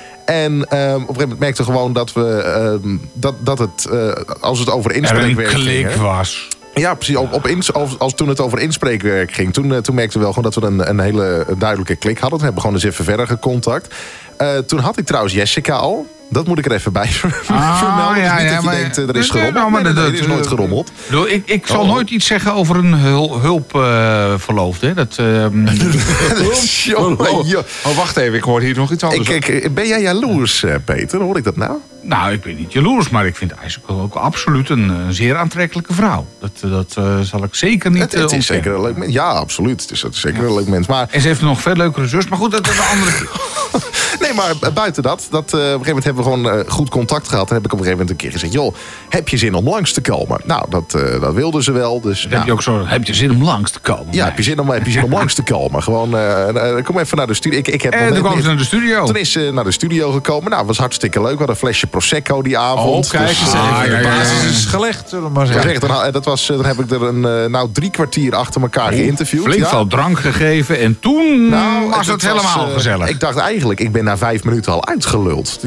En uh, op een gegeven moment merkten we gewoon dat we uh, dat, dat het, uh, als het over Er een inspreekwerk ging, klik hè. was. Ja, precies. Op, op ins, als, als toen het over inspreekwerk ging, toen, uh, toen merkten we wel gewoon dat we een, een hele duidelijke klik hadden. Toen hebben we gewoon eens even verder gecontact. Uh, toen had ik trouwens Jessica al. Dat moet ik er even bij Ah, vermelden. ja, Dus niet ja, dat je maar- denkt, uh, er Nee, is nee, gerommeld. nou, maar Nee, nee, dat- nee, er is nooit gerommeld. Ik bedoel, Ik, ik zal Oh. nooit iets zeggen over een hul, hulpverloofde. dat, ehm, Jongen, joh. Oh, wacht even. Ik hoor hier nog iets anders. Ik, ik, ben jij jaloers, uh, Peter? Hoor ik dat nou? nou, ik ben niet jaloers, maar ik vind Icicle ook absoluut een, een zeer aantrekkelijke vrouw. Dat, dat uh, zal ik zeker niet Het, uh, het is ontkennen. zeker een leuk mens. Ja, absoluut. Het is, het is zeker een leuk mens. Maar En ze heeft een nog veel leukere zus, maar goed, dat is een andere keer. nee, maar buiten dat, dat uh, op een gegeven moment hebben we gewoon uh, goed contact gehad. En heb ik op een gegeven moment een keer gezegd, joh, heb je zin om langs te komen? Nou, dat, uh, dat wilden ze wel. Dus, Heb ja. je ook zo, heb je zin om langs te komen? Ja, heb je zin om, heb je zin om langs te komen? Gewoon, uh, uh, kom even naar de studio. Ik, ik heb nog En net toen kwam niet- ze naar de studio. Toen is ze naar de studio gekomen. Nou, was hartstikke leuk. We hadden een flesje Prosecco die avond. Oh, kijk eens Dus, even. ah, De ja, ja, ja. basis is gelegd, zullen we maar ik zeggen. zeg, dan, dat was, dan heb ik er een uh, nou, drie kwartier achter elkaar geïnterviewd. Flink Ja. veel drank gegeven en toen Nou, was het helemaal uh, gezellig. Ik dacht eigenlijk, ik ben na vijf minuten al uitgeluld. Ik, ik, ik,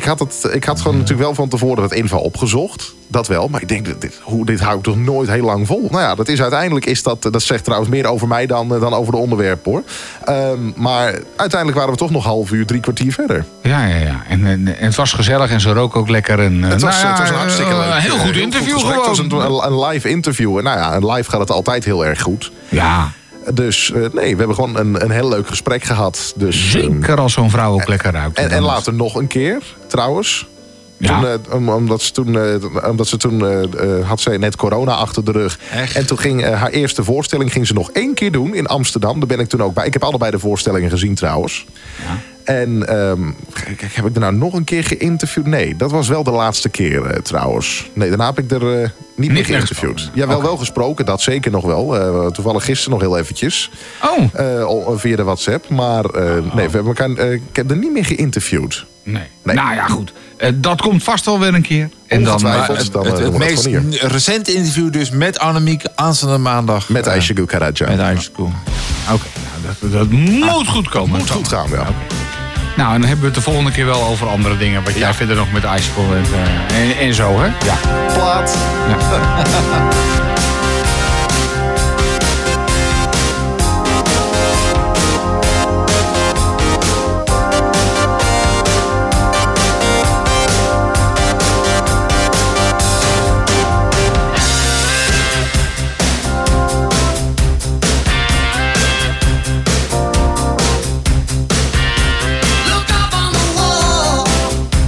had, het, ik had gewoon natuurlijk wel van tevoren het info opgezocht. Dat wel, maar ik denk, dit, hoe, dit hou ik toch nooit heel lang vol. Nou ja, dat is uiteindelijk, is dat, dat zegt trouwens meer over mij dan, dan over de onderwerp, hoor. Um, maar uiteindelijk waren we toch nog half uur, drie kwartier verder. Ja, ja, ja. En, en, en het was gezellig en ze rook ook lekker. En, het, was, nou ja, het was een hartstikke leuk. Een heel goed heel interview goed gewoon. Het was een, een live interview. En nou ja, een live gaat het altijd heel erg goed. Ja. Dus uh, nee, we hebben gewoon een, een heel leuk gesprek gehad. Dus, Zeker als zo'n vrouw ook lekker ruikt. En, en later nog een keer, trouwens. Ja. Toen, uh, om, omdat ze toen, uh, omdat ze toen uh, uh, had ze net corona achter de rug. Echt? En toen ging uh, haar eerste voorstelling ging ze nog één keer doen in Amsterdam. Daar ben ik toen ook bij. Ik heb allebei de voorstellingen gezien trouwens. Ja. En um, kijk, heb ik er nou nog een keer geïnterviewd? Nee, dat was wel de laatste keer uh, trouwens. Nee, daarna heb ik er uh, niet, niet meer geïnterviewd. Ja, wel okay. wel gesproken, dat zeker nog wel. Uh, toevallig gisteren nog heel eventjes. Oh. Uh, via de WhatsApp. Maar uh, oh. nee, we hebben elkaar, uh, ik heb er niet meer geïnterviewd. Nee. nee. Nou ja, goed. Uh, dat komt vast wel weer een keer. En dan, uh, het, dan, het, het, uh, het meest recente interview dus met Annemiek aanstaande maandag. Met uh, Aysegul Karaca. Met Aysegul. Oké, okay, nou, dat, dat moet goed komen. Moet goed gaan, ja. Okay. Nou, en dan hebben we het de volgende keer wel over andere dingen. Wat ja. jij verder nog met Aysegul en, uh, en, en zo, hè? Ja. Plaat. Ja.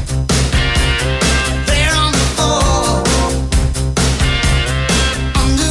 Under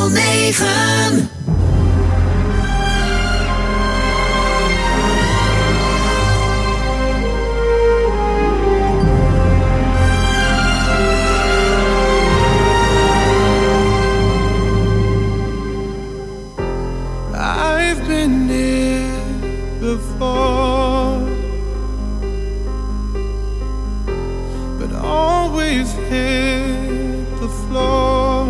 vijfhonderdnegen. I've been here before, but always hit the floor.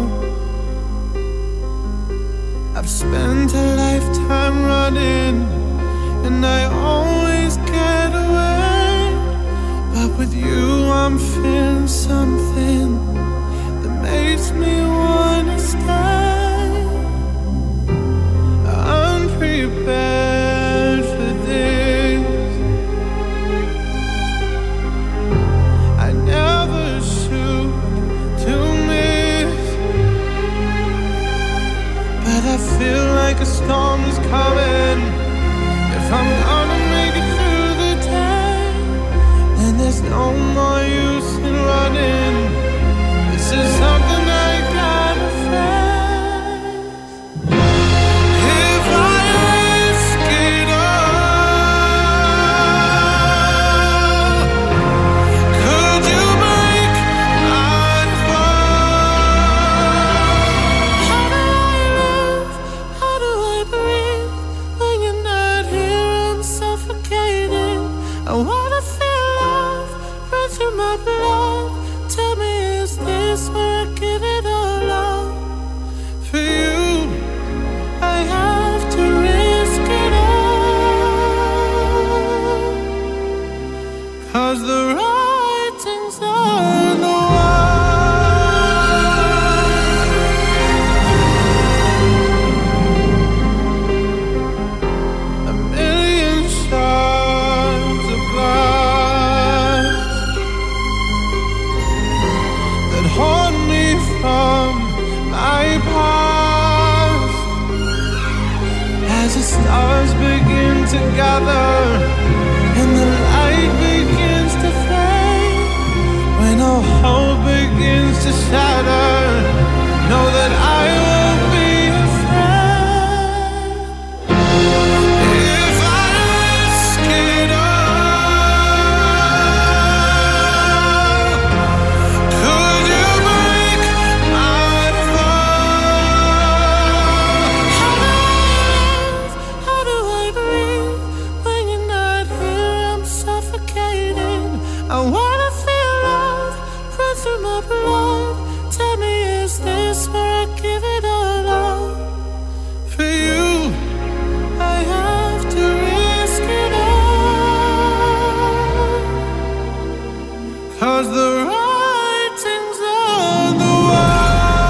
I've spent a lifetime running, and I always get away. But with you I'm feeling something that makes me wanna stay. Prepared for this. I never shoot to miss, but I feel like a storm is coming. If I'm gonna make it through the day, then there's no more use in running. This is something I gotta face. Together and the light begins to fade, when all hope begins to shatter, know that I won't be afraid. If I risk it all, could you break my fall? How do I live? How do I breathe? I wanna feel love run through my blood. Tell me, is this where I give it all up? For you, I have to risk it all. 'Cause the writing's on the wall.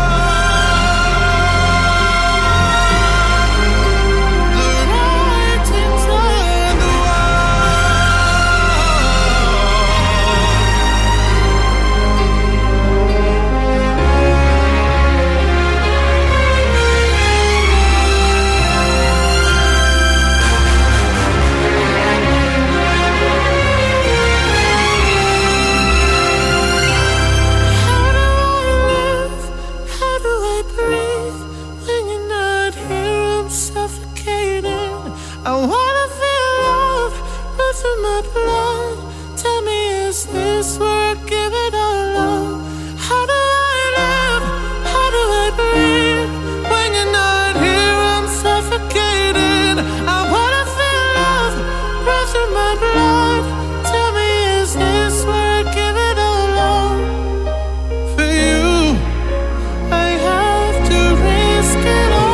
I wanna feel love run through my blood. Tell me, is this where I give it all up? How do I live? How do I breathe? When you're not here, I'm suffocating. I wanna feel love run through my blood. Tell me, is this where I give it all up? For you, I have to risk it all.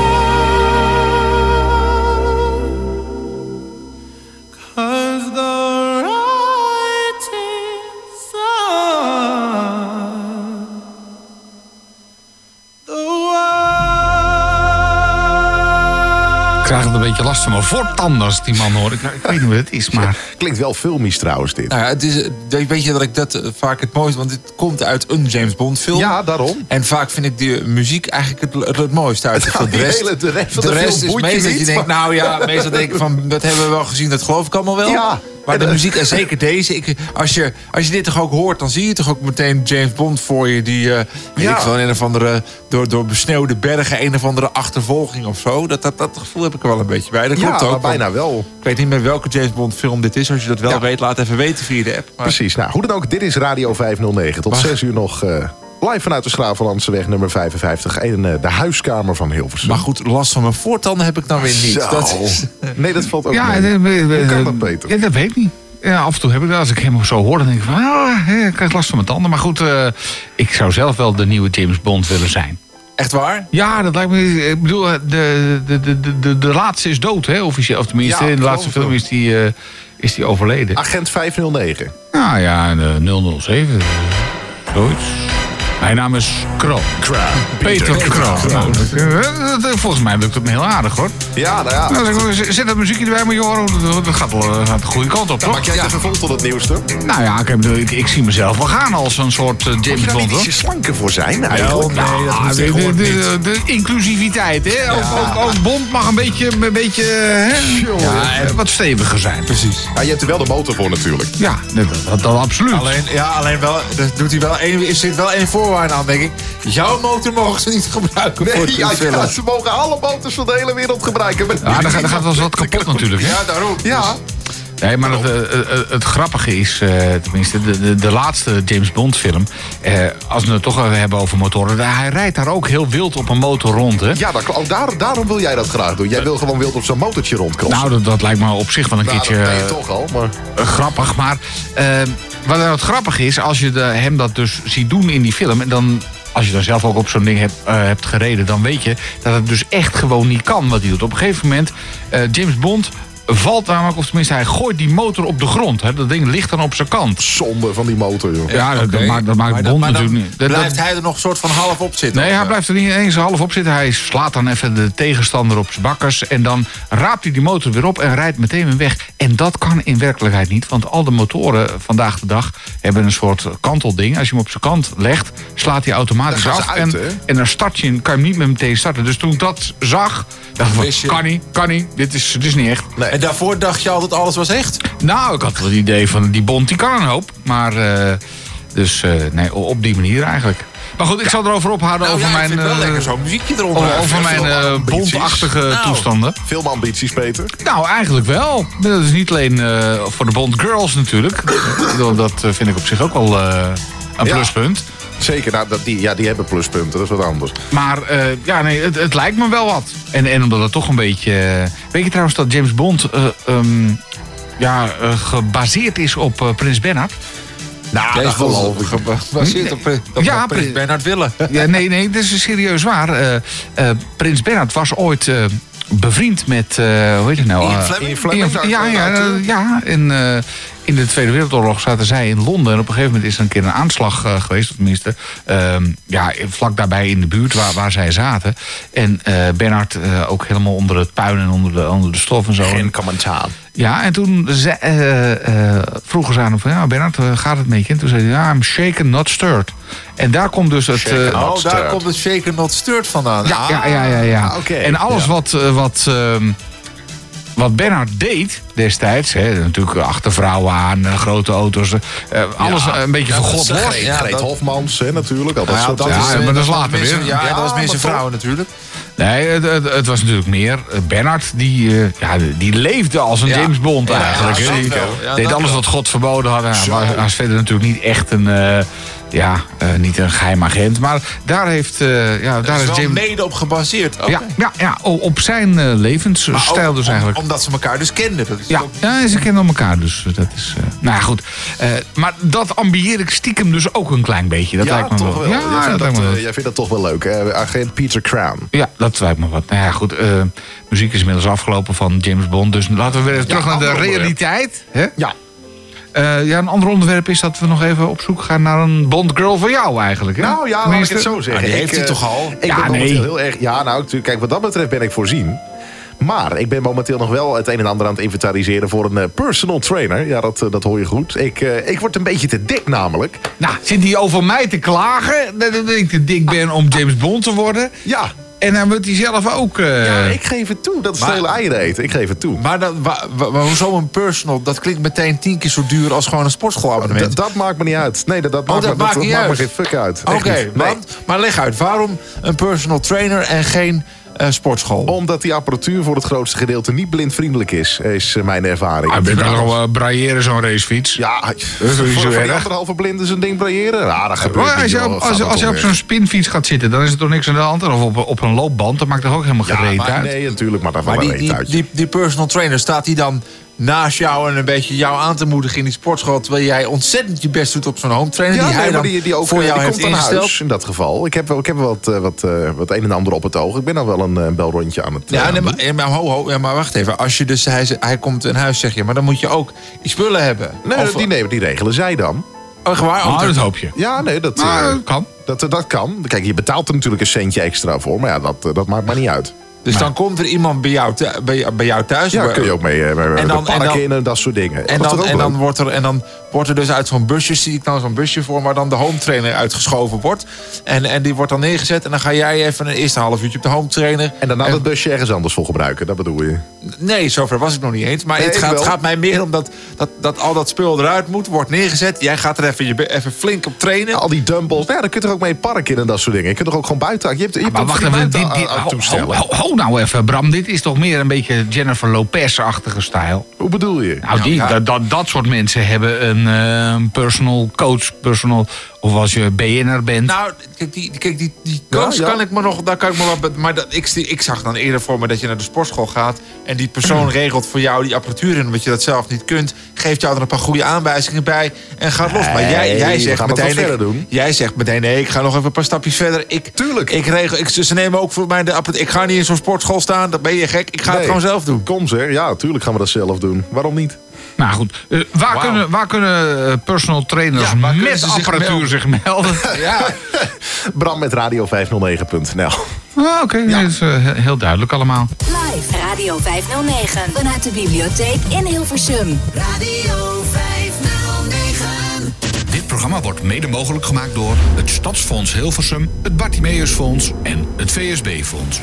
Ik krijg het een beetje last van mijn voortanden als ik die man hoor. Ik, ik weet niet wat het is, maar... Klinkt wel filmisch trouwens, dit. Nou ja, het is, weet je dat ik dat vaak het mooiste... Want het komt uit een James Bond film. Ja, daarom. En vaak vind ik de muziek eigenlijk het, het, het mooiste uit. Ja, de rest, hele, de rest, van de de rest film is meestal dat je denkt... Nou ja, meestal denk ik van... Dat hebben we wel gezien, dat geloof ik allemaal wel. Ja. Maar de muziek, en zeker deze, ik, als, je, als je dit toch ook hoort, dan zie je toch ook meteen James Bond voor je. Die, uh, weet Ja. ik wel, een of andere, door, door besneeuwde bergen, een of andere achtervolging of zo. Dat, dat, dat gevoel heb ik er wel een beetje bij. Dat Ja, klopt ook. maar bijna want wel. Ik weet niet meer welke James Bond film dit is. Als je dat wel Ja. weet, laat even weten via de app. Maar Precies. Nou, hoe dan ook, dit is Radio vijfhonderdnegen. Tot Maar- zes uur nog uh, live vanuit de Schravenlandseweg nummer vijfenvijftig. En uh, de huiskamer van Hilversum. Maar goed, last van mijn voortanden heb ik dan weer niet. Zo. Dat is, Nee, dat valt ook Ja, mee. eh, eh, Hoe kan eh, dat, Peter? Ja, dat weet ik niet. Ja, af en toe heb ik dat. Als ik hem zo hoor, dan denk ik van... Ah, hè, ik krijg last van mijn tanden. Maar goed, eh, ik zou zelf wel de nieuwe James Bond willen zijn. echt waar? Ja, dat lijkt me... Ik bedoel, de, de, de, de, de, de laatste is dood, hè, officieel. Of tenminste, Ja, in de laatste geloof film ik is die, uh, is die overleden. Agent vijfhonderdnegen. Nou ja, de nul nul zeven. eh, Zoiets. Mijn naam is Krol. Peter Krol. Nou, dat- eh, dat- volgens mij lukt het me heel aardig, hoor. Ja, nou ja. Nou, z- zet dat muziekje erbij, maar joh, dat dat gaat, wel, dat gaat de goede kant op, Dan toch? maak jij het even vol tot het nieuwste. Nou ja, ik, heb, ik, ik zie mezelf wel gaan als een soort uh, Moet James je daar Bond, niet hoor. ietsje slanker voor zijn eigenlijk? nee, dat Ah, moet de, de, tegenwoordig de, niet. de inclusiviteit, hè? Ook, ook, ook Bond mag een beetje, een beetje hè? Ja, en wat steviger zijn. Precies. Ja, je hebt er wel de motor voor natuurlijk. Ja, dat, dat, dat absoluut. Alleen, ja, alleen wel, er doet hij wel één, er zit wel één voorwaarde aan, denk ik. Jouw motor mogen ze niet gebruiken voor Nee, het ja, film. ja, ze mogen alle motors van de hele wereld gebruiken. Maar Ja, daar gaat, daar gaat wel eens wat kapot natuurlijk, hè? Ja, daarom. Ja, Nee, maar het, eh, eh, het grappige is, eh, tenminste, de, de, de laatste James Bond film... Eh, als we het toch even hebben over motoren... hij rijdt daar ook heel wild op een motor rond, hè? ja dat, oh, daar, daarom wil jij dat graag doen. Jij wil gewoon wild op zo'n motortje rondcrossen. Nou, dat, dat lijkt me op zich wel een Nou, keertje... dat ben je toch al, maar... Eh, grappig, maar eh, wat nou het grappig is, als je de, hem dat dus ziet doen in die film, en dan, als je dan zelf ook op zo'n ding hebt, uh, hebt gereden, dan weet je dat het dus echt gewoon niet kan wat hij doet. Op een gegeven moment, uh, James Bond valt namelijk, of tenminste hij gooit die motor op de grond. Hè. Dat ding ligt dan op zijn kant. Zonde van die motor, joh. Ja, dat, Oké. dat maakt, dat maakt Maar Bond dan- maar dan natuurlijk niet. Dat- Blijft dat- hij er nog soort van half op zitten? Nee, of, hij eh? blijft er niet eens half op zitten. Hij slaat dan even de tegenstander op zijn bakkers. En dan raapt hij die motor weer op en rijdt meteen weer weg. En dat kan in werkelijkheid niet. Want al de motoren vandaag de dag hebben een soort kantelding. Als je hem op zijn kant legt, slaat hij automatisch Dan gaan af. ze uit, en, hè? en dan start je, kan je hem niet meer meteen starten. Dus toen ik dat zag, dacht ik Wist van, je- kan niet, kan niet. Dit is, dit is niet echt. Nee. En daarvoor dacht je altijd alles was echt? Nou, ik had wel het idee van die Bond, die kan een hoop. Maar, eh, dus eh, nee, op die manier eigenlijk. Maar goed, ik zal erover ophouden Nou over ja, ik mijn... vind het wel eh, lekker zo'n muziekje eronder. over over mijn eh, ambities. Bondachtige Nou. toestanden. Veel ambities, Peter. Nou, eigenlijk wel. Dat is niet alleen eh, voor de Bond Girls natuurlijk. Dat- dat eh, vind ik op zich ook wel eh, een Ja. pluspunt. Zeker, nou, dat die, ja, die hebben pluspunten, dat is wat anders. Maar eh, ja, nee, het, het lijkt me wel wat. En, en omdat het toch een beetje... eh, weet je trouwens dat James Bond eh, ehm, ja, eh, gebaseerd is op eh, Prins Bernhard? Nou, Deze dat geloof ik. gebaseerd op, op Ja, ja, Prins Prins- Bernhard Willen. Ja, nee, nee, dat is serieus waar. Eh, eh, Prins Bernhard was ooit eh, bevriend met... eh, hoe heet het nou? Ian Eh, Fleming? Ian Fleming, Ian- ja, ja, natuurlijk. ja. In, eh, in de Tweede Wereldoorlog zaten zij in Londen. En op een gegeven moment is er een keer een aanslag uh, geweest. Of tenminste, ehm, ja, vlak daarbij in de buurt waar, waar zij zaten. En uh, Bernhard uh, ook helemaal onder het puin en onder de, onder de stof en zo. Geen commentaar. Ja, en toen ze, uh, uh, vroegen ze aan hem van... Ja, Bernhard, uh, gaat het met je? En toen zei hij, ja, I'm shaken, not stirred. En daar komt dus het... Shaken, Uh, not Oh, daar stirred. komt het shaken not stirred vandaan. ja, ja, ja, ja, ja. Ah, oké. En alles Ja. wat, uh, wat, uh, wat Bernhard deed destijds... Hè, natuurlijk achter vrouwen aan, uh, grote auto's... Uh, alles uh, een beetje Ja, van dat God is los. gek. Ja, Ja, Greet dat- Hofmans, hè, natuurlijk. Al dat Nou ja, soort dat Ja, is, ja, eh, maar dat is was later mensen- weer. Ja, Ja, dat was maar meer zijn toch. vrouwen natuurlijk. Nee, het, het, het was natuurlijk meer. Uh, Bernhard, die, uh, ja, die leefde als een Ja. James Bond Ja, eigenlijk. ja, hè. dat Die wel. Ja, deed dat alles wel. wat God verboden had. Hij Zo. was, hij was verder natuurlijk niet echt een... Uh, ja, uh, niet een geheim agent. Maar daar heeft... Uh, ja, Daar daar is is wel James... mede op gebaseerd. Oké. Ja, ja, ja, op zijn uh, levensstijl ook dus om- eigenlijk. Omdat ze elkaar dus kenden. Dat is Ja, ook- ja, ze kennen elkaar dus. Dat is, uh, nou ja, goed. Uh, maar dat ambieer ik stiekem dus ook een klein beetje. Dat Ja, lijkt me toch wel. Ja, jij, vindt dat dat, lijkt me eh, wel. jij vindt dat toch wel leuk, hè? Agent Peter Crown. Ja, dat lijkt me wat. Nou ja, goed. Uh, muziek is inmiddels afgelopen van James Bond. Dus laten we weer even terug naar de ander onderwerp. realiteit. Hè? Ja. Uh, ja, een ander onderwerp is dat we nog even op zoek gaan naar een Bond girl voor jou eigenlijk. Hè? Nou ja, laat ik Tenminste- het zo zeggen. Ah, die Ik, heeft hij eh, toch al? Ik Ja, ben momenteel nee. heel erg... Ja, nou, natuurlijk, kijk, wat dat betreft ben ik voorzien. Maar ik ben momenteel nog wel het een en ander aan het inventariseren voor een eh, personal trainer. Ja, dat, eh, dat hoor je goed. Ik, eh, ik word een beetje te dik namelijk. Nou, zit hij over mij te klagen dat ik te dik ben om James Bond te worden? Ja, En dan wordt hij zelf ook... Uh... Ja, ik geef het toe. Dat is Maar- vele eieren eten. Ik geef het toe. Maar, dat, wa, wa, wa- hoezo een personal? Dat klinkt meteen tien keer zo duur als gewoon een sportschoolabonnement. D- dat maakt me niet uit. Nee, dat, dat, Oh, maakt, dat me, maakt dat, niet maakt me uit. geen fuck uit. Oké, Echt niet. Nee. want- maar leg uit. Waarom een personal trainer en geen uh, sportschool? Omdat die apparatuur voor het grootste gedeelte niet blindvriendelijk is, is uh, mijn ervaring. Ah, ben je al uh, brailleren zo'n racefiets? Ja, Dat is toch niet voor, zo voor die erg? anderhalve blinden zijn ding brailleren? Ja, dat gebeurt Maar niet. als je, joh. op, Gaat als, dat als je toch op weer. zo'n spinfiets gaat zitten, dan is er toch niks aan de hand? Of op, op een loopband, dan maakt er ook helemaal Ja, gereed maar, uit. nee, natuurlijk, maar daar Maar valt die, wel die, reet uit. die, die personal trainer, staat hij dan naast jou en een beetje jou aan te moedigen in die sportschool, terwijl jij ontzettend je best doet op zo'n home trainer Ja, die hij nee, maar dan die, die ook, voor eh, jou die heeft komt aan ingesteld? huis in dat geval. Ik heb, wel- ik heb wel wat, eh, wat, eh, wat een en ander op het oog. Ik ben dan wel een uh, belrondje aan het eh, Ja, aan nee, het maar, ja, maar, ho, ho, ja, maar wacht even. Als je dus, hij, hij komt in huis, zeg je, maar dan moet je ook die spullen hebben. doen. Nee, Of- die, nee, die regelen zij dan. Oh, echt waar? Ah, Oh, dat hoop je. Ja, nee, dat, Maar eh, dat kan. dat, dat kan. Kijk, je betaalt er natuurlijk een centje extra voor. Maar ja, dat, eh, dat maakt maar niet uit. Dus dan komt er iemand bij jou, thu- bij, bij jou thuis. Ja, kun je ook mee, eh, mee En de dan- en parken dan- in en dat soort dingen. En Dat is dan, toch ook en, dan leuk? wordt er, en dan wordt er dus uit zo'n busje, zie ik nou zo'n busje voor, waar dan de home trainer uitgeschoven wordt. En, en die wordt dan neergezet en dan ga jij even een eerste half uurtje op de home trainer. En daarna dat busje ergens anders voor gebruiken, dat bedoel je? Nee, zover was ik nog niet eens. Maar Nee, het, ik gaat, wel. gaat mij meer om dat, dat, dat al dat spul eruit moet, wordt neergezet. Jij gaat er even, je, be- even flink op trainen. Ja, al die dumbbells, nou ja, dan kun je er ook mee het park in en dat soort dingen. Je kunt er ook gewoon buiten. Je hebt, je hebt Maar ook wacht van die even, dit, buiten- dit, aan- aan ho, toestellen. ho, ho, ho nou even, Bram. Dit is toch meer een beetje Jennifer Lopez-achtige stijl? Hoe bedoel je? Nou, die, ja. Dat, dat, dat soort mensen hebben een eh, personal coach, personal... Of als je B N'er bent. Nou, kijk, die, kijk, die, die coach Ja, ja. kan ik me nog, daar kan ik me wat, maar dat, ik, ik zag dan eerder voor me dat je naar de sportschool gaat en die persoon regelt voor jou die apparatuur in, omdat je dat zelf niet kunt, geeft jou er een paar goede aanwijzingen bij en gaat los. Maar jij, Nee, jij we zegt gaan het wel meteen, verder ik- doen. jij zegt meteen, nee, ik ga nog even een paar stapjes verder. Ik, Tuurlijk. Ik regel, ik, ze nemen ook voor mij de apparatuur. Ik ga niet in zo'n sportschool staan, dan ben je gek. Ik ga het Nee. gewoon zelf doen. Kom zeg, ja, tuurlijk gaan we dat zelf doen. Waarom niet? Nou goed, eh, waar, Wauw. kunnen, waar kunnen eh, personal trainers Ja, waar kunnen met ze zich apparatuur melden? zich melden? Ja. Bram met radio vijfhonderdnegen punt n l. Ah, Oké, nee, dat is eh, he- heel duidelijk allemaal. Live Radio vijfhonderdnegen vanuit de bibliotheek in Hilversum. Radio vijfhonderdnegen. Dit programma wordt mede mogelijk gemaakt door het Stadsfonds Hilversum, het Bartimeusfonds en het V S B-fonds.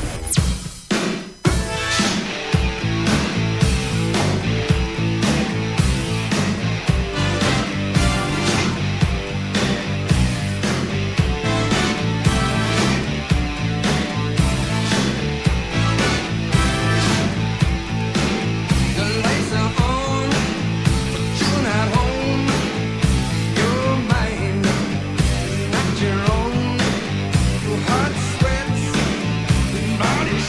The lights are on, but you're not home. You're mine, not your own. Your heart sweats, your body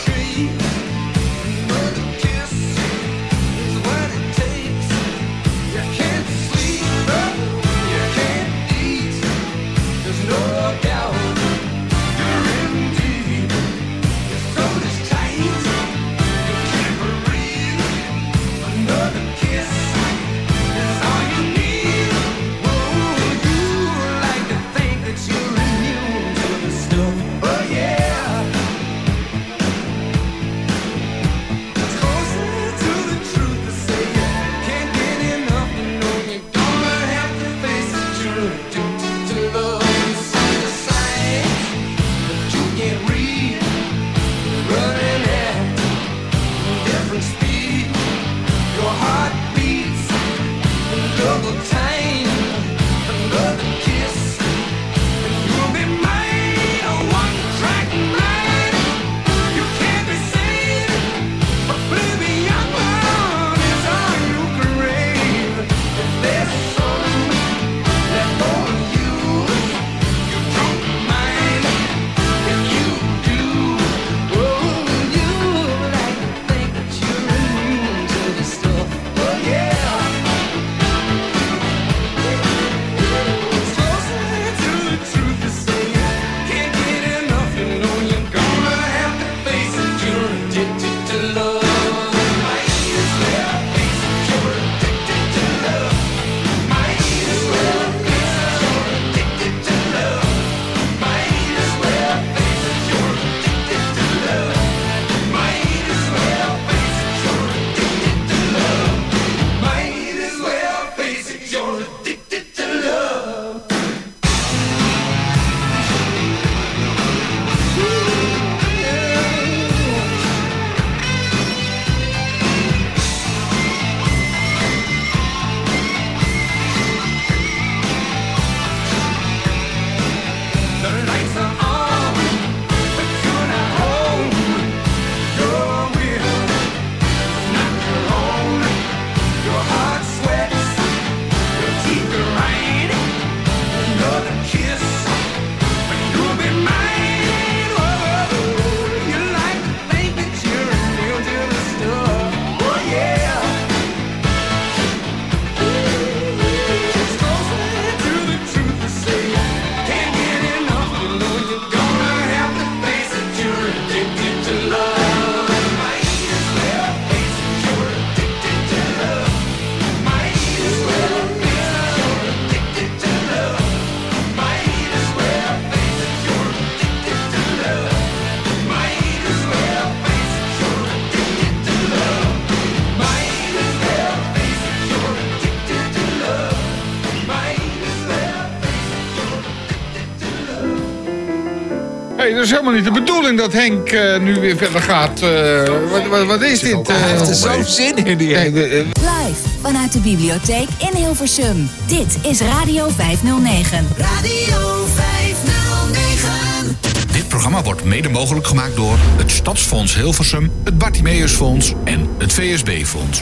dat is helemaal niet de bedoeling dat Henk uh, nu weer verder gaat. Uh, wat, wat, wat is dit? Uh, Hij heeft er zo zin in, die Henk. Live vanuit de bibliotheek in Hilversum. Dit is Radio vijfhonderdnegen. Radio vijfhonderdnegen. Dit programma wordt mede mogelijk gemaakt door het Stadsfonds Hilversum, het Bartimeusfonds en het V S B-fonds.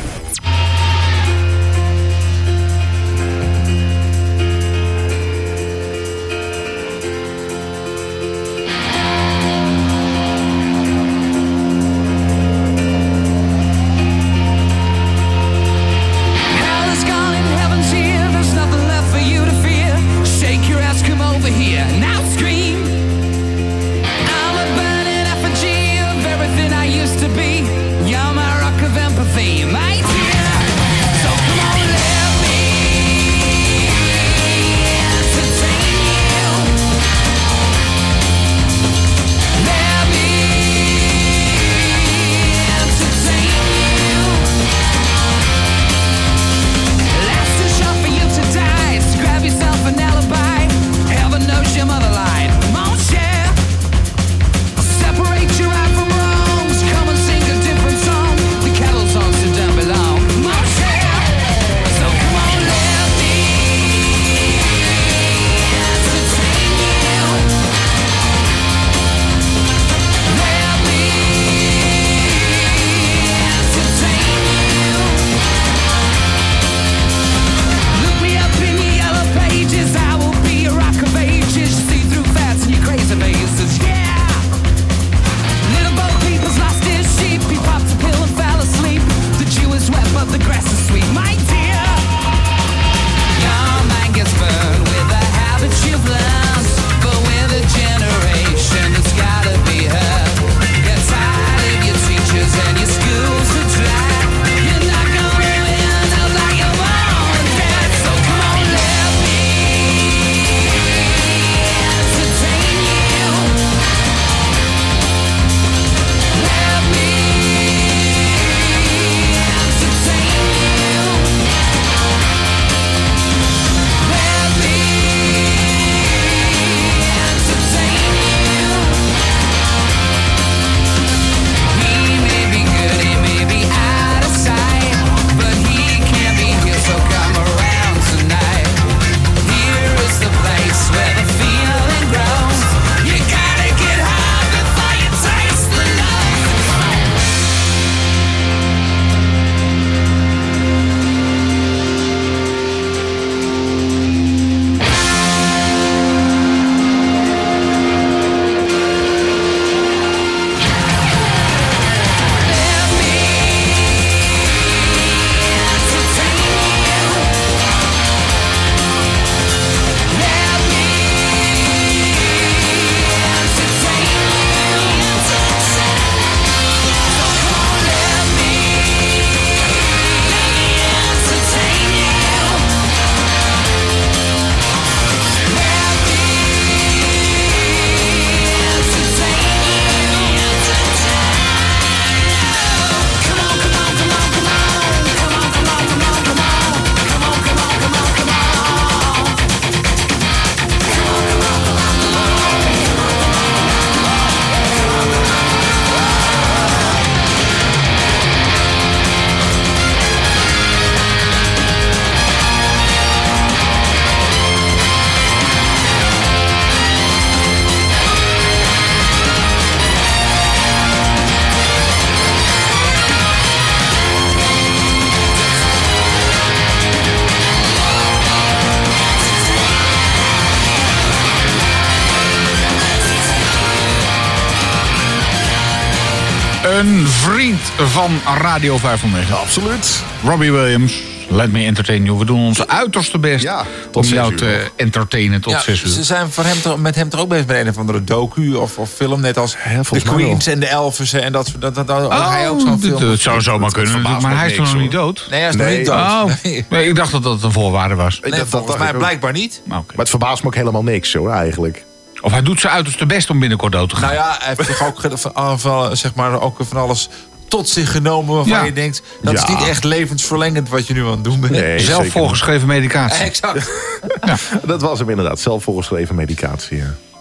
Een vriend van Radio vijfhonderdnegen. Absoluut. Robbie Williams, Let Me Entertain You. We doen onze uiterste best Ja, om tot zes jou uur te nog. entertainen tot Ja, zes uur. ze zijn voor hem toch, met hem toch ook bezig met een of andere docu of, of film. Net als de volgens mij Queens en de Elvissen. En dat, dat, dat, dat hij ook zo'n dat, film. dat zou zomaar kunnen. verbaast Maar me hij is niks, nog niet hoor. dood. Nee, hij is nog Nee. niet dood. Oh, Nee. nee, ik dacht dat dat een voorwaarde was. Nee, dat- dat volgens dacht mij ik ook. blijkbaar niet. Maar, oké. Maar het verbaast me ook helemaal niks, hoor, eigenlijk. Of hij doet zijn uiterste best om binnenkort dood te gaan. Nou ja, hij heeft toch ook, ge- van, ah, van, zeg maar, ook van alles tot zich genomen waarvan Ja. je denkt, dat is Ja. niet echt levensverlengend wat je nu aan het doen bent. Nee, Zelf zeker voorgeschreven medicatie. Exact. niet. Dat was hem inderdaad, zelf voorgeschreven medicatie. Ja.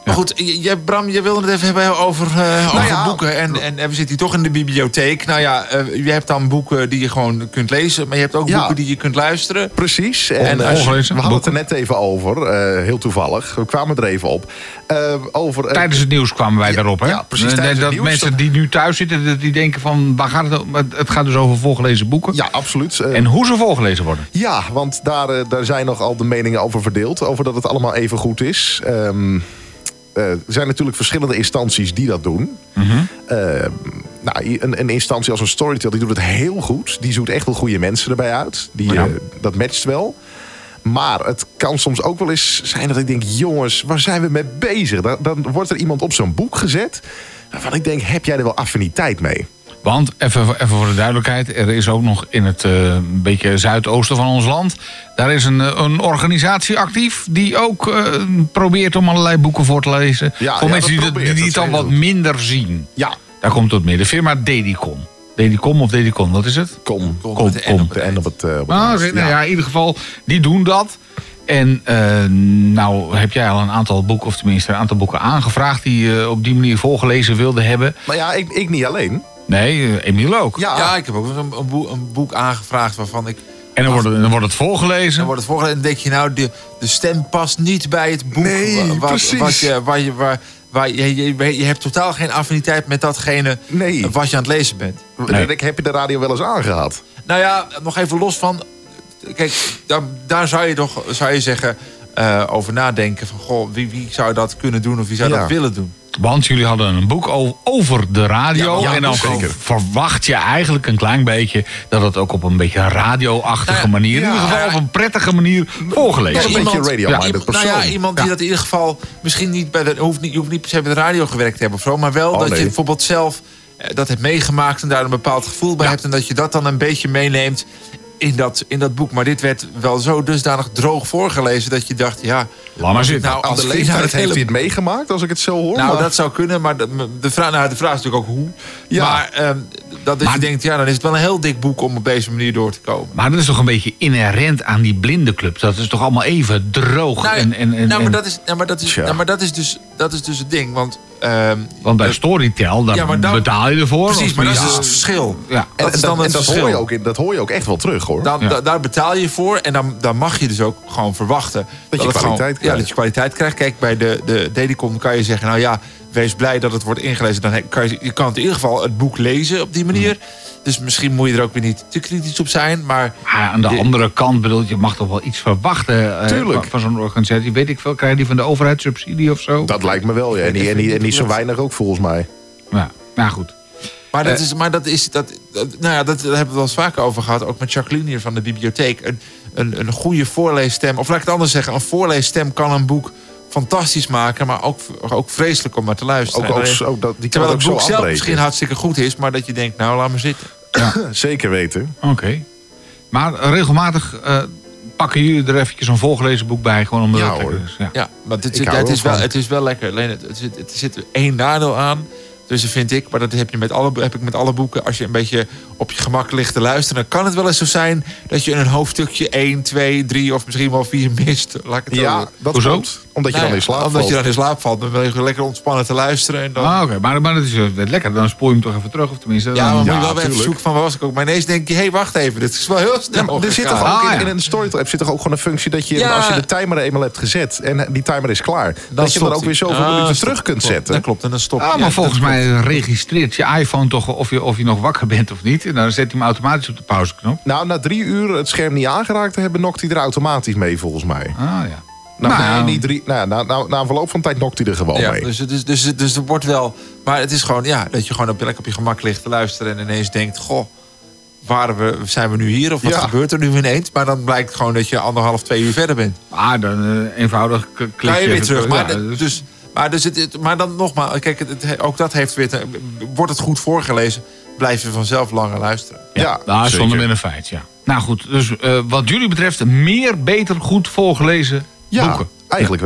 Maar goed, je, Bram, je wilde het even hebben over, uh, over ja, boeken. En, en, en we zitten hier toch in de bibliotheek. Nou ja, uh, je hebt dan boeken die je gewoon kunt lezen. Maar je hebt ook ja. boeken die je kunt luisteren. Precies. En, en uh, ongelezen we hadden boeken. het er net even over. Uh, heel toevallig. We kwamen er even op. Uh, over uh, Tijdens het nieuws kwamen wij ja, daarop. Hè? Ja, precies. Dat, tijdens dat het nieuws, mensen dat... die nu thuis zitten, dat die denken van... waar gaat het over? Het gaat dus over voorgelezen boeken. Ja, absoluut. Uh, En hoe ze voorgelezen worden. Ja, want daar, uh, daar zijn nogal de meningen over verdeeld. Over dat het allemaal even goed is. Um, Uh, er zijn natuurlijk verschillende instanties die dat doen. Mm-hmm. Uh, nou, een, een instantie als een Storytel die doet het heel goed. Die zoekt echt wel goede mensen erbij uit. Die, Ja. uh, dat matcht wel. Maar het kan soms ook wel eens zijn dat ik denk... jongens, waar zijn we mee bezig? Dan, dan wordt er iemand op zo'n boek gezet... waarvan ik denk, heb jij er wel affiniteit mee? Want, even, even voor de duidelijkheid... er is ook nog in het uh, een beetje zuidoosten van ons land... daar is een, een organisatie actief... die ook uh, probeert om allerlei boeken voor te lezen. Ja, voor ja, mensen die, dat dat, probeert, die het dat dan is wat heel minder zien. Ja, Daar komt het op midden. De firma Dedicon. Dedicon of Dedicon, wat is het? kom. Kom, Kom, met de N kom. op het De en eind. op het... Uh, op het Ah, lijst. oké, nou ja, in ieder geval, die doen dat. En uh, nou heb jij al een aantal boeken, of tenminste een aantal boeken aangevraagd... die je uh, op die manier voorgelezen wilde hebben. Maar ja, ik, ik niet alleen. Nee, uh, Emiel ook. Ja, Ja, ik heb ook een, een, boek, een boek aangevraagd waarvan ik... En dan wordt, het, dan wordt het voorgelezen. Dan wordt het voorgelezen en dan denk je nou, de, de stem past niet bij het boek. Nee, wa- wa- precies. Wat je, waar je, waar, waar je, je, je hebt totaal geen affiniteit met datgene Nee. wat je aan het lezen bent. Nee. Ik heb je de radio wel eens aangehad. Nou ja, nog even los van... Kijk, daar, daar zou je toch zou je zeggen, uh, over nadenken van... Goh, wie, wie zou dat kunnen doen of wie zou Ja. dat willen doen? Want jullie hadden een boek o- over de radio. Ja, ja, en dan zeker. verwacht je eigenlijk een klein beetje... dat het ook op een beetje radioachtige Nou ja, manier... in ja. ieder geval op een prettige manier voorgelezen Ja, een wordt. beetje radio-minded iemand, nou persoon. ja, iemand die Ja. dat in ieder geval misschien niet bij de... Hoeft niet, je hoeft niet per se bij de radio gewerkt te hebben of zo... maar wel Oh, dat nee. je bijvoorbeeld zelf eh, dat hebt meegemaakt... en daar een bepaald gevoel bij hebt... en dat je dat dan een beetje meeneemt in dat, in dat boek. Maar dit werd wel zo dusdanig droog voorgelezen... dat je dacht, ja... Laat maar zitten. Nou, Aan als de ik nou leeftijd het heeft hele- hij het meegemaakt, als ik het zo hoor. Nou, maar- dat zou kunnen, maar de, de, vraag, nou, de vraag is natuurlijk ook hoe. Ja. Maar ehm, dat, dat Maar- je denkt, ja, dan is het wel een heel dik boek... om op deze manier door te komen. Maar dat is toch een beetje inherent aan die blindenclub. Dat is toch allemaal even droog. Nou, en, en, en, nou, maar en- dat is, nou, maar dat is, Tja. nou, maar dat is, dus, dat is dus het ding. Want, ehm, want bij de- Storytel, daar Ja, maar dan- betaal je ervoor. Precies, Of maar dat is ja. dus het verschil. Ja. Dat en, is en dan dat, het en dat, verschil. hoor je ook, in- dat hoor je ook echt wel terug, hoor. Dan, Ja. da- daar betaal je voor en dan, dan mag je dus ook gewoon verwachten... je het gewoon- kwaliteit Ja, krijgt. dat je kwaliteit krijgt. Kijk, bij de, de Dedicon kan je zeggen... nou ja, wees blij dat het wordt ingelezen. Dan he- kan je, je kan het in ieder geval het boek lezen op die manier. Dus misschien moet je er ook weer niet te kritisch op zijn. Maar Maar aan de De- andere kant, bedoel, je mag toch wel iets verwachten eh, Tuurlijk. van, van zo'n organisatie. Weet ik veel, krijg je die van de overheid subsidie of zo? Dat lijkt me wel, ja. En, niet, en, niet, en niet zo weinig ook, volgens mij. Ja, nou goed. Maar dat Eh. is, maar dat is, dat, dat- nou ja, dat, daar hebben we wel eens vaker over gehad. Ook met Jacqueline hier van de bibliotheek. Een, een, een goede voorleesstem, of laat ik het anders zeggen, een voorleesstem kan een boek fantastisch maken, maar ook, ook vreselijk om naar te luisteren. Ook, En ook, dan- ook dat, die kan terwijl het het ook boek zo zelf afbreken. misschien hartstikke goed is, maar dat je denkt, nou laat maar zitten. Zeker weten. Oké. Maar regelmatig eh, pakken jullie er eventjes een voorgelezen boek bij. Gewoon omdat Ja, het lekker hoor. is. Ja. Ja, maar het, Ik ja, hou het, er is wel wel, van. het is wel lekker. Alleen het, het, zit, het zit één nadeel aan. Dus dat vind ik, maar dat heb, je met alle, heb ik met alle boeken. Als je een beetje op je gemak ligt te luisteren... dan kan het wel eens zo zijn dat je in een hoofdstukje één, twee, drie of misschien wel vier mist. Laat ik het zo Ja, doen. dat Hoezo? klopt. Omdat je Nou dan ja, in slaap Omdat valt. je dan in slaap valt. Dan ben je lekker ontspannen te luisteren. En dan, Ah, oké. Maar, maar dat is eh, lekker. Dan spoel je hem toch even terug. Of tenminste, ja, maar dan, moet je Ja, wel weer even tuurlijk. zoeken van waar was ik ook. Maar ineens denk je, hé, hey, wacht even. Dit is wel heel snel. Ja, maar er zit gegaan. toch ook Ah, in, ja. in een Storytel app zit toch ook gewoon een functie dat je, Ja. als je de timer er eenmaal hebt gezet en die timer is klaar, dat je hem dan stopt ook weer hij. zoveel Ah, minuten stopt. terug kunt Klopt, zetten. Dat klopt, en dan stopt Ah, hij. maar Ja, volgens dat klopt. mij registreert je iPhone toch of je, of je nog wakker bent of niet. En dan zet hij hem automatisch op de pauzeknop. Nou, na drie uur het scherm niet aangeraakt te hebben, nokt hij er automatisch mee, volgens mij. Ah ja. Nou, Nou, nee, niet drie, nou, na, na, na een verloop van tijd nokt hij er gewoon Ja, mee. dus, dus, dus, dus er wordt wel... Maar het is gewoon, ja, dat je gewoon op, lekker op je gemak ligt te luisteren... en ineens denkt, goh, waren we, zijn we nu hier? Of wat Ja. gebeurt er nu ineens? Maar dan blijkt gewoon dat je anderhalf, twee uur verder bent. Ah, dan eh, eenvoudig k- klik Ga je weer even terug. Maar, Ja, de- dus- dus, maar, dus het, het- maar dan nogmaals, kijk, het, het- ook dat heeft weer... Te, wordt het goed voorgelezen, blijf je vanzelf langer luisteren. Ja, nou, zeker. zonder meer een feit, ja. Nou goed, dus eh, wat jullie betreft meer, beter, goed voorgelezen Ja, boeken. eigenlijk wel.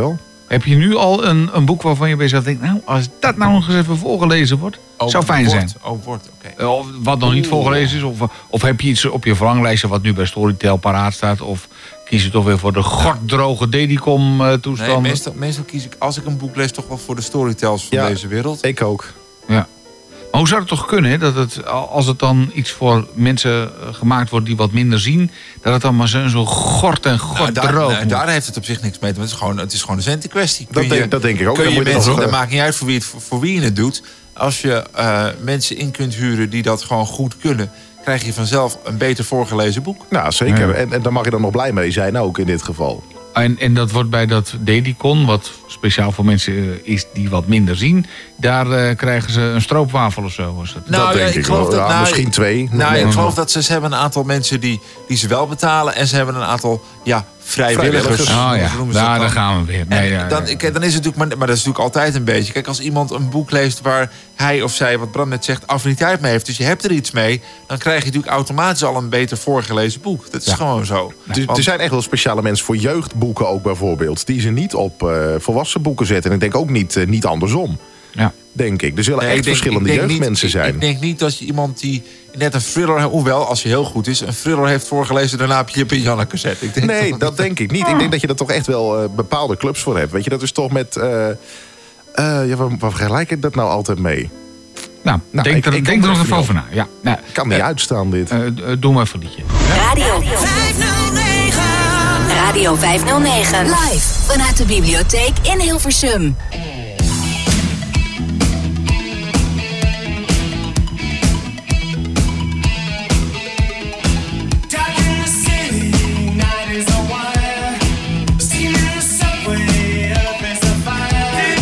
Heb je nu al een, een boek waarvan je bij jezelf denkt... nou, als dat nou nog eens even voorgelezen wordt... Oh, zou fijn wordt, zijn. Oh, wordt, oké. Okay. Of wat nog niet voorgelezen is. Of, of heb je iets op je verlanglijstje wat nu bij Storytel paraat staat. Of kies je toch weer voor de gorddroge Dedicom uh, toestanden. Nee, meestal, meestal kies ik, als ik een boek lees, toch wel voor de Storytels van ja, deze wereld. Ik ook. Ja. Maar hoe zou het toch kunnen, hè? Dat het, als het dan iets voor mensen gemaakt wordt die wat minder zien... dat het dan maar zo, zo gort en gort nou, daar, droog nou, daar heeft het op zich niks mee te maken. Het is gewoon, het is gewoon een centenkwestie. Dat, denk, je, dat denk ik ook. Kun je, je mensen, nog, dat maakt niet uit voor wie, het, voor, voor wie je het doet. Als je uh, mensen in kunt huren die dat gewoon goed kunnen... krijg je vanzelf een beter voorgelezen boek. Nou, zeker. Ja. En, en daar mag je dan nog blij mee zijn ook in dit geval. En, en dat wordt bij dat Dedicon, wat speciaal voor mensen uh, is die wat minder zien... daar uh, krijgen ze een stroopwafel of zo. Was dat? Nou, dat ja, denk ik ik geloof wel. dat, Ja, nou, misschien twee. Nou, Nee. ik geloof dat ze, ze hebben een aantal mensen die, die ze wel betalen... en ze hebben een aantal ja, vrijwilligers. Oh ja, Hoe noemen ze dat daar, dan? daar gaan we weer. Nee, En ja, dan, ja. kijk, dan is het natuurlijk, maar, maar dat is natuurlijk altijd een beetje. Kijk, als iemand een boek leest waar hij of zij, wat Bram net zegt, affiniteit mee heeft, dus je hebt er iets mee, dan krijg je natuurlijk automatisch al een beter voorgelezen boek. Dat is Ja. gewoon zo. Er, Want- er zijn echt wel speciale mensen voor jeugdboeken ook bijvoorbeeld... die ze niet op uh, volwassen boeken zetten. En ik denk ook niet, uh, niet andersom, Ja. denk ik. Er zullen Nee, echt ik denk- verschillende ik denk jeugdmensen niet, zijn. Ik, ik denk niet dat je iemand die net een thriller, hoewel als hij heel goed is, een thriller heeft voorgelezen, daarna heb je Jip en Janneke zet. Ik denk Nee, toch dat niet. denk ik niet. Ik denk dat je er toch echt wel uh, bepaalde clubs voor hebt. Weet je, dat is toch met... Uh, uh, ja, waar, waar vergelijk ik dat nou altijd mee? Nou, Nou, denk ik- er, ik denk kom er nog er even even over na. Ja. Nou, Ik kan niet uh, uitstaan, dit. uh, uh, doe maar even een liedje. Radio. vijfhonderdnegen. Radio vijfhonderdnegen. Live vanuit de bibliotheek in Hilversum. Dark in the city, night is a wire. Steam in the subway, up is a fire.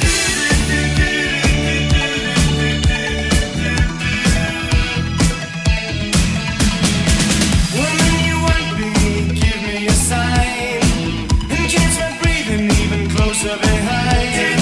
Woman, you want me, give me a sign. And catch my breathing even closer behind.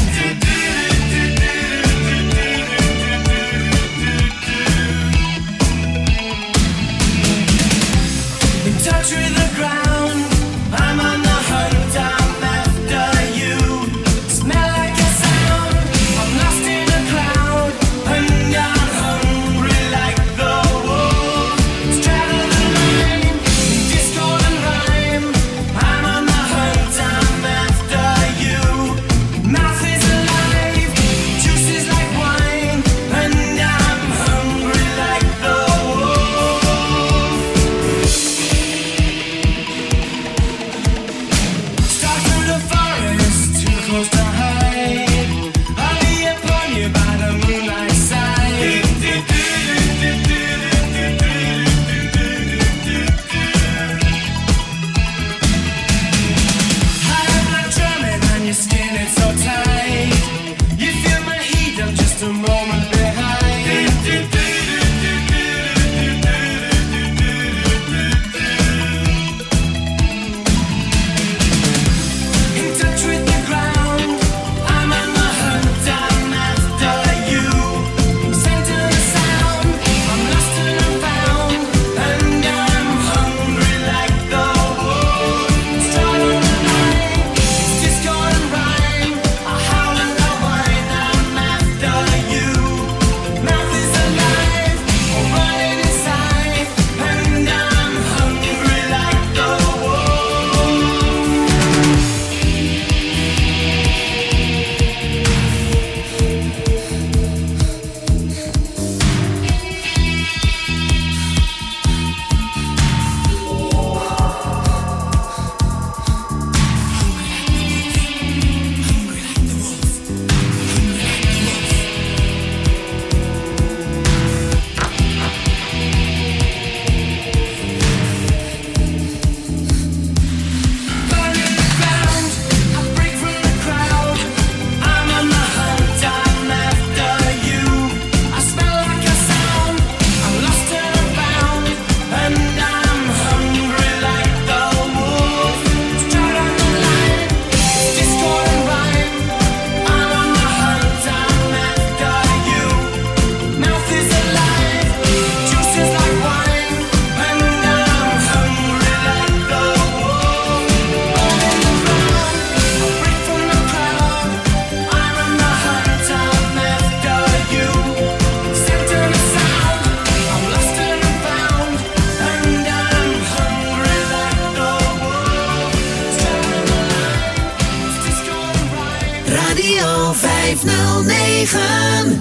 negen.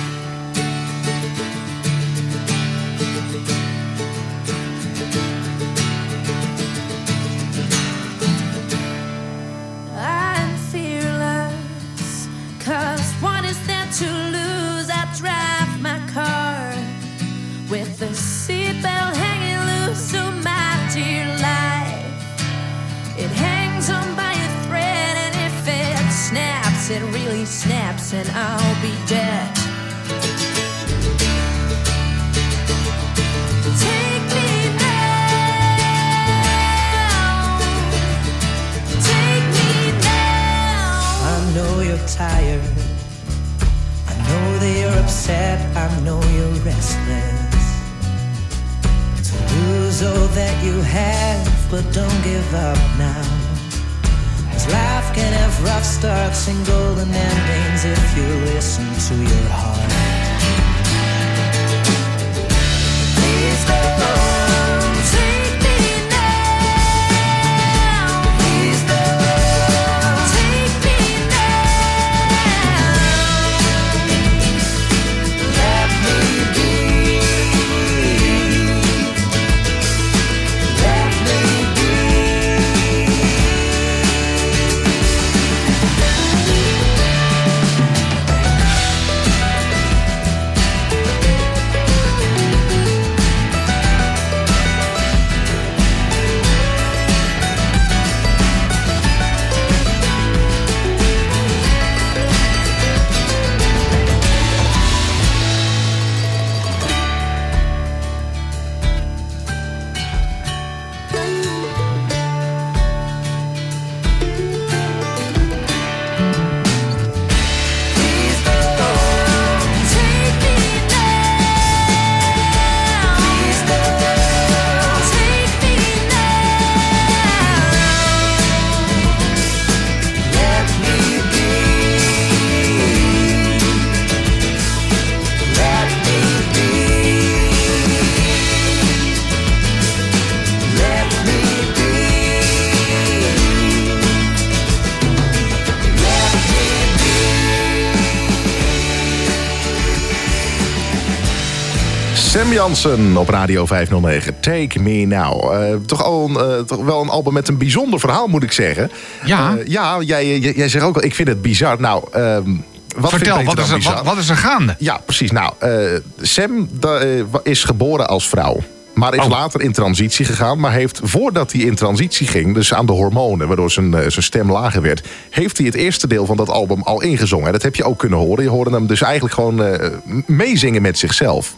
I'm fearless, 'cause what is there to lose? I drive my car with the seatbelt hanging loose to my dear life. It hangs on by a thread, and if it snaps, it really snaps, and I'll be dead. Take me now, take me now. I know you're tired, I know that you're upset, I know you're restless. To lose all that you have, but don't give up now. 'Cause life can have rough starts and golden endings if you listen to your heart. Please don't take me now. Please don't take me now. Let me be. Let me be. Please don't take me now. Please don't take me now. Let me be. Let me be. Let me be. Let me be. Sam Jansen op Radio vijfhonderdnegen. Take Me Now. Eh, toch, al een, eh, toch wel een album met een bijzonder verhaal, moet ik zeggen. Ja. Eh, ja, jij, jij, jij zegt ook al, ik vind het bizar. Nou, ehm, wat Vertel, vindt wat Peter is, dan er, bizar? wat, wat is er gaande? Ja, precies. Nou, eh, Sam da- eh, wa- is geboren als vrouw. Maar is Oh. later in transitie gegaan. Maar heeft, voordat hij in transitie ging, dus aan de hormonen, waardoor zijn, eh, zijn stem lager werd, heeft hij het eerste deel van dat album al ingezongen. En dat heb je ook kunnen horen. Je hoorde hem dus eigenlijk gewoon eh, meezingen met zichzelf.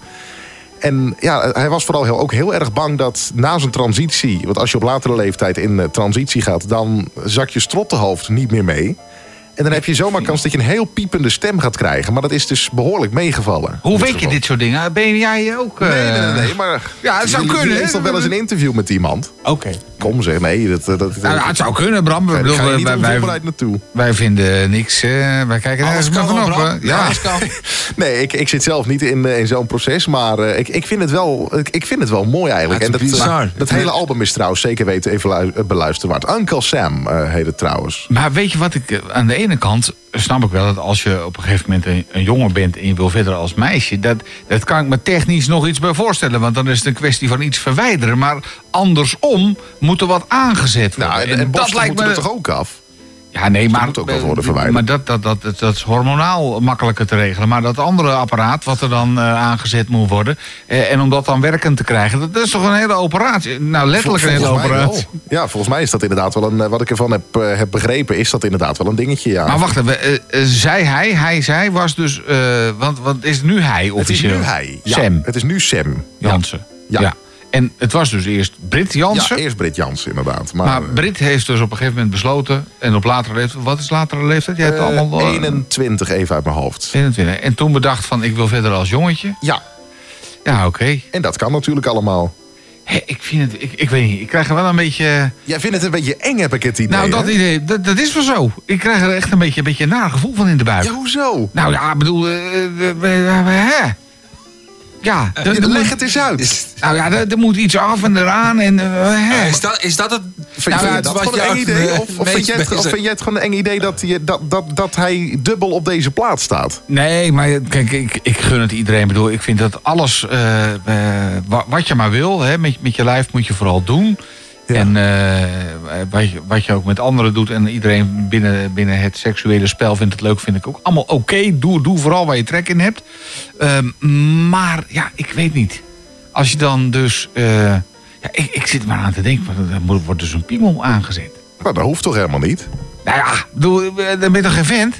En ja, hij was vooral heel, ook heel erg bang dat na zijn transitie, want als je op latere leeftijd in eh, transitie gaat, dan zak je strottenhoofd niet meer mee. En dan heb je zomaar kans dat je een heel piepende stem gaat krijgen. Maar dat is dus behoorlijk meegevallen. Hoe In weet je geval. dit soort dingen? Ben jij ook... eh, Nee, nee, nee, nee, maar... Ja, het zou je- kunnen, Je hè? heeft toch wel eens een interview met iemand? Oké. Kom zeg, nee. Dat, dat, dat, Nou, nou, het zou kunnen, Bram. Ik Daar bedoel, ga je niet wij, wij, onvoorbereid naartoe. wij vinden niks. eh, wij kijken Alles nergens meer kan, vanop. Bram. hè. Ja. Alles kan. Nee, ik, ik zit zelf niet in, eh, in zo'n proces. Maar eh, ik, ik, vind het wel, ik, ik vind het wel mooi eigenlijk. Ja, het en is dat, bizar. eh, dat hele album is trouwens zeker weten even lu- beluisterd waard. Uncle Sam eh, heet het trouwens. Maar weet je wat ik... eh, Aan de ene kant snap ik wel dat als je op een gegeven moment een, een jongen bent en je wil verder als meisje, dat, dat kan ik me technisch nog iets bij voorstellen. Want dan is het een kwestie van iets verwijderen. Maar andersom moet er wat aangezet worden. Nou, en, en borsten moeten er toch ook af? Ja, nee, maar, moet ook wel worden verwijderd. maar dat, dat, dat, dat, dat is hormonaal makkelijker te regelen. Maar dat andere apparaat wat er dan uh, aangezet moet worden, eh, en om dat dan werkend te krijgen, dat, dat is toch een hele operatie? Nou, letterlijk een hele Volgens mij operatie. wel. Ja, volgens mij is dat inderdaad wel een, wat ik ervan heb, uh, heb begrepen, is dat inderdaad wel een dingetje. Ja. Maar wacht even, uh, uh, zei hij, hij, zij was dus, uh, want, want is het nu hij officieel? Het is nu hij. Ja, Sam. het is nu Sam. Jansen. Ja. Ja. En het was dus eerst Brit Jansen. Ja, eerst Brit Jansen inderdaad. Maar, Maar Brit heeft dus op een gegeven moment besloten, en op latere leeftijd, wat is latere leeftijd? Jij hebt uh, allemaal uh, eenentwintig even uit mijn hoofd. eenentwintig. En toen bedacht van, ik wil verder als jongetje. Ja. Ja, oké. Okay. En dat kan natuurlijk allemaal. Hey, ik vind het, ik, ik weet niet, ik krijg er wel een beetje... Jij vindt het een beetje eng, heb ik het idee. Nou, dat hè? idee, dat, dat is wel zo. Ik krijg er echt een beetje een, beetje een naar gevoel van in de buik. Ja, hoezo? Nou ja, ik bedoel, uh, uh, uh, uh, hè? Ja, Uh, er, er leg moet, het eens uit. Nou ja, er, er moet iets af en eraan. En, uh, Uh, is, dat, is dat het... Vind, nou, vind je het dat wat gewoon een jou eng idee? het Of, of, vind jij het, of vind jij het gewoon een eng idee dat, je, dat, dat, dat hij dubbel op deze plaats staat? Nee, maar kijk, ik, ik gun het iedereen. Ik bedoel, ik vind dat alles, uh, uh, wat je maar wil, hè, met, met je lijf moet je vooral doen. Ja. En uh, wat, je, wat je ook met anderen doet en iedereen binnen, binnen het seksuele spel vindt het leuk, vind ik ook allemaal oké. Okay. Doe, doe vooral waar je trek in hebt. Uh, maar ja, ik weet niet. Als je dan dus... Uh, ja, ik, ik zit maar aan te denken, er wordt dus een piemel aangezet. Nou, dat hoeft toch helemaal niet? Nou ja, bedoel, dan ben je toch geen vent?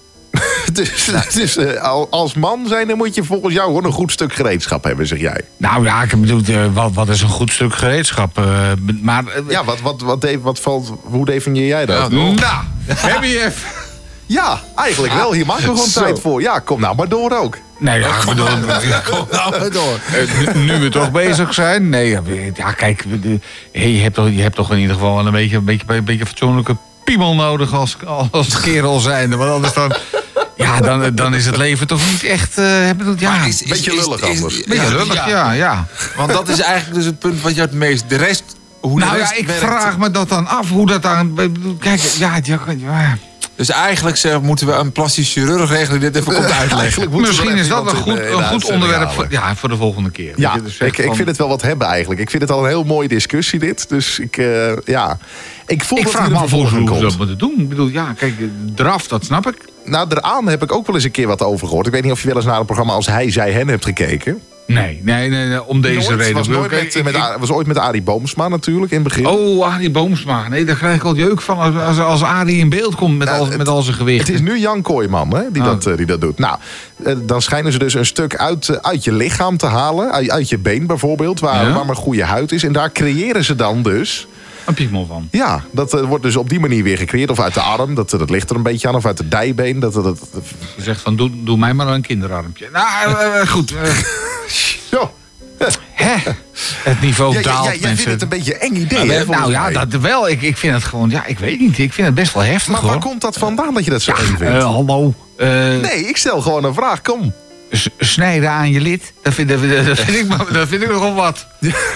dus, dus uh, als man zijn, dan moet je volgens jou gewoon een goed stuk gereedschap hebben, zeg jij. Nou ja, ik bedoel, uh, wat, wat is een goed stuk gereedschap? Uh, maar, uh, ja, wat, wat, wat, wat valt, hoe definieer jij dat? Ja, nou, heb je even... Ja, eigenlijk wel. Hier maken we gewoon Zo. tijd voor. Ja, kom nou maar door ook. Nee, ja, kom, bedoel, nou, ja, kom nou maar door. Uh, nu, nu we toch bezig zijn. Nee, ja, kijk, hey, je, hebt toch, je hebt toch in ieder geval wel een beetje, een beetje, een beetje fatsoenlijke piemel nodig als, als kerel zijnde. Want anders dan... Ja, dan, dan is het leven toch niet echt... Uh, bedoel, ja, is, is, beetje lullig is, is, anders. Beetje ja, lullig, ja. ja, ja. Want dat is eigenlijk dus het punt wat je het meest... De rest... Hoe nou de rest ja, ik werkt. vraag me dat dan af. Hoe dat dan... Kijk, ja... ja, ja. Dus eigenlijk zeg, moeten we een plastisch chirurg regelen die dit even komt uitleggen. Misschien is dat een goed, een goed onderwerp voor, ja, voor de volgende keer. Ja, dus ik, van... ik vind het wel wat hebben eigenlijk. Ik vind het al een heel mooie discussie dit. Dus ik, uh, ja... Ik, voel ik dat vraag me af hoe ze dat moeten doen. Ik bedoel, ja, kijk, draf, dat snap ik. Nou, daaraan heb ik ook wel eens een keer wat over gehoord. Ik weet niet of je wel eens naar een programma als Hij, Zij, Hen hebt gekeken. Nee, nee, nee, nee om deze nooit, reden. Was, nooit met, ik, met, ik, was ooit met Arie Boomsma natuurlijk in het begin. Oh, Arie Boomsma. Nee, daar krijg ik al jeuk van als, als, als Arie in beeld komt met, nou, al, het, met al zijn gewicht. Het is nu Jan Kooijman hè, die, oh. dat, uh, die dat doet. Nou, uh, dan schijnen ze dus een stuk uit, uh, uit je lichaam te halen. Uit, uit je been bijvoorbeeld, waar, ja. waar maar goede huid is. En daar creëren ze dan dus... Een piemel van. Ja, dat uh, wordt dus op die manier weer gecreëerd. Of uit de arm, dat, dat ligt er een beetje aan. Of uit de dijbeen. Dat, dat, dat... Je zegt van, doe, doe mij maar een kinderarmpje. Nou, uh, goed. Uh... Zo. Hè? Het niveau ja, daalt, ja, ja, jij mensen. vindt het een beetje een eng idee, ja, hè? Nou ja, dat wel. Ik, ik vind het gewoon, ja, ik weet niet. Ik vind het best wel heftig, Maar hoor. waar komt dat vandaan dat je dat zo ja, eng vindt? Uh, hallo. Uh, nee, ik stel gewoon een vraag, kom. S- snijden aan je lid, dat vind, dat, dat vind, ik, dat vind ik nogal wat.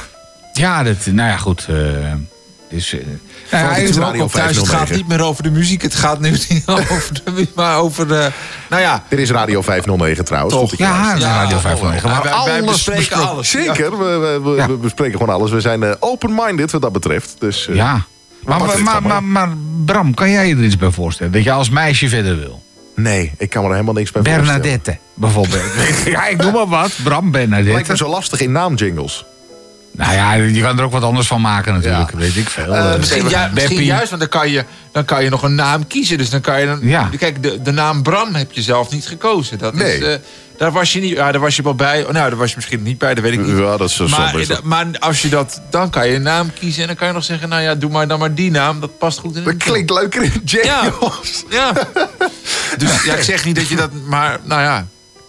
Ja, dat, nou ja, goed. Uh, dus... Uh, Nou ja, het, ook op thuis, het gaat niet meer over de muziek. Het gaat nu niet over de muziek, maar over de... Nou ja. Dit is Radio vijfhonderdnegen trouwens. Toch? Ja, ja, Radio vijfhonderdnegen. Ja, wij, wij bespreken bespreken alles. Zeker, ja. we, we, ja. we bespreken gewoon alles. We zijn uh, open-minded wat dat betreft. Dus, uh, ja. Maar, maar, maar, maar, maar Bram, kan jij je er iets bij voorstellen? Dat je als meisje verder wil? Nee, ik kan me er helemaal niks bij Bernadette, voorstellen. Bernadette, bijvoorbeeld. Ja, ik noem maar wat. Bram, Bernadette. Lijkt me zo lastig in naamjingles. Nou ja, je kan er ook wat anders van maken natuurlijk, ja. weet ik veel. Uh, misschien, ju- misschien juist, want dan kan, je, dan kan je nog een naam kiezen. Dus dan kan je dan, ja. Kijk, de, de naam Bram heb je zelf niet gekozen. Dat nee. is, uh, daar was je niet, ja, daar was je wel bij. Oh, nou, daar was je misschien niet bij, dat weet ik niet. Ja, dat is zo maar, best wel. maar als je dat, dan kan je een naam kiezen en dan kan je nog zeggen, nou ja, doe maar dan maar die naam. Dat past goed in dat klinkt leuker in jingles. Ja. ja. Dus ja, ik zeg niet dat je dat, maar nou ja.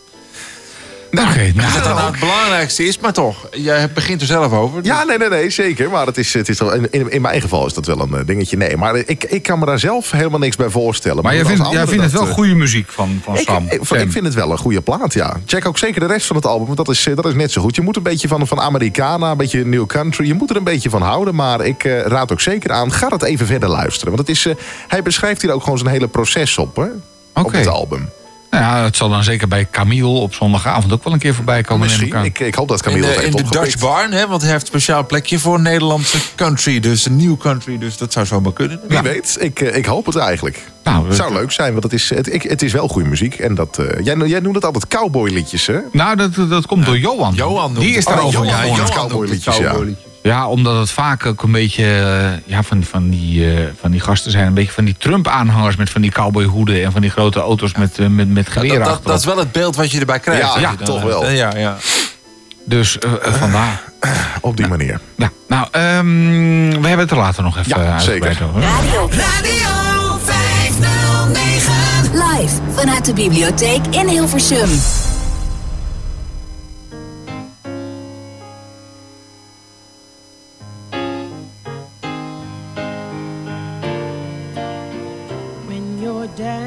Nou, okay, nou, dat dat nou het belangrijkste is, maar toch, jij begint er zelf over. Dus... Ja, nee, nee, nee, zeker. Maar het is, het is toch, in, in mijn geval is dat wel een dingetje. Nee, maar ik, ik kan me daar zelf helemaal niks bij voorstellen. Maar, maar jij vindt, jij vindt het wel uh, goede muziek van, van ik, Sam? Ik, ik, ik vind het wel een goede plaat, ja. Check ook zeker de rest van het album, want dat is, dat is net zo goed. Je moet een beetje van, van Americana, een beetje New Country. Je moet er een beetje van houden, maar ik uh, raad ook zeker aan. Ga het even verder luisteren. Want het is, uh, hij beschrijft hier ook gewoon zijn hele proces op, hè, okay. op het album. Nou ja, het zal dan zeker bij Camille op zondagavond ook wel een keer voorbij komen. Misschien. Ik, ik hoop dat Camille in dat de, heeft in de Dutch Barn, hè, want hij heeft een speciaal plekje voor Nederlandse country. Dus een nieuw country, dus dat zou zomaar kunnen. Wie ja. weet, ik, ik hoop het eigenlijk. Nou, het zou leuk zijn, want het is, het, het is wel goede muziek. En dat, uh, jij, jij noemt het altijd cowboyliedjes, hè? Nou, dat, dat komt door Johan. Johan Die is daarover. Oh, ja, Johan cowboyliedjes, ja. Ja, omdat het vaak ook een beetje uh, ja, van, van, die, uh, van die gasten zijn. Een beetje van die Trump-aanhangers met van die cowboyhoeden en van die grote auto's met, uh, met, met geweren dat, dat, achterop. dat is wel het beeld wat je erbij krijgt. Ja, ja toch dan, wel. Ja, ja. Dus uh, uh, vandaar. Op die nou, manier. Ja, nou, um, we hebben het er later nog even ja, uitgebreid zeker. over. Radio, Radio vijfhonderdnegen. Live vanuit de bibliotheek in Hilversum.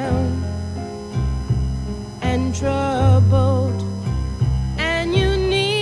Down and troubled, and you need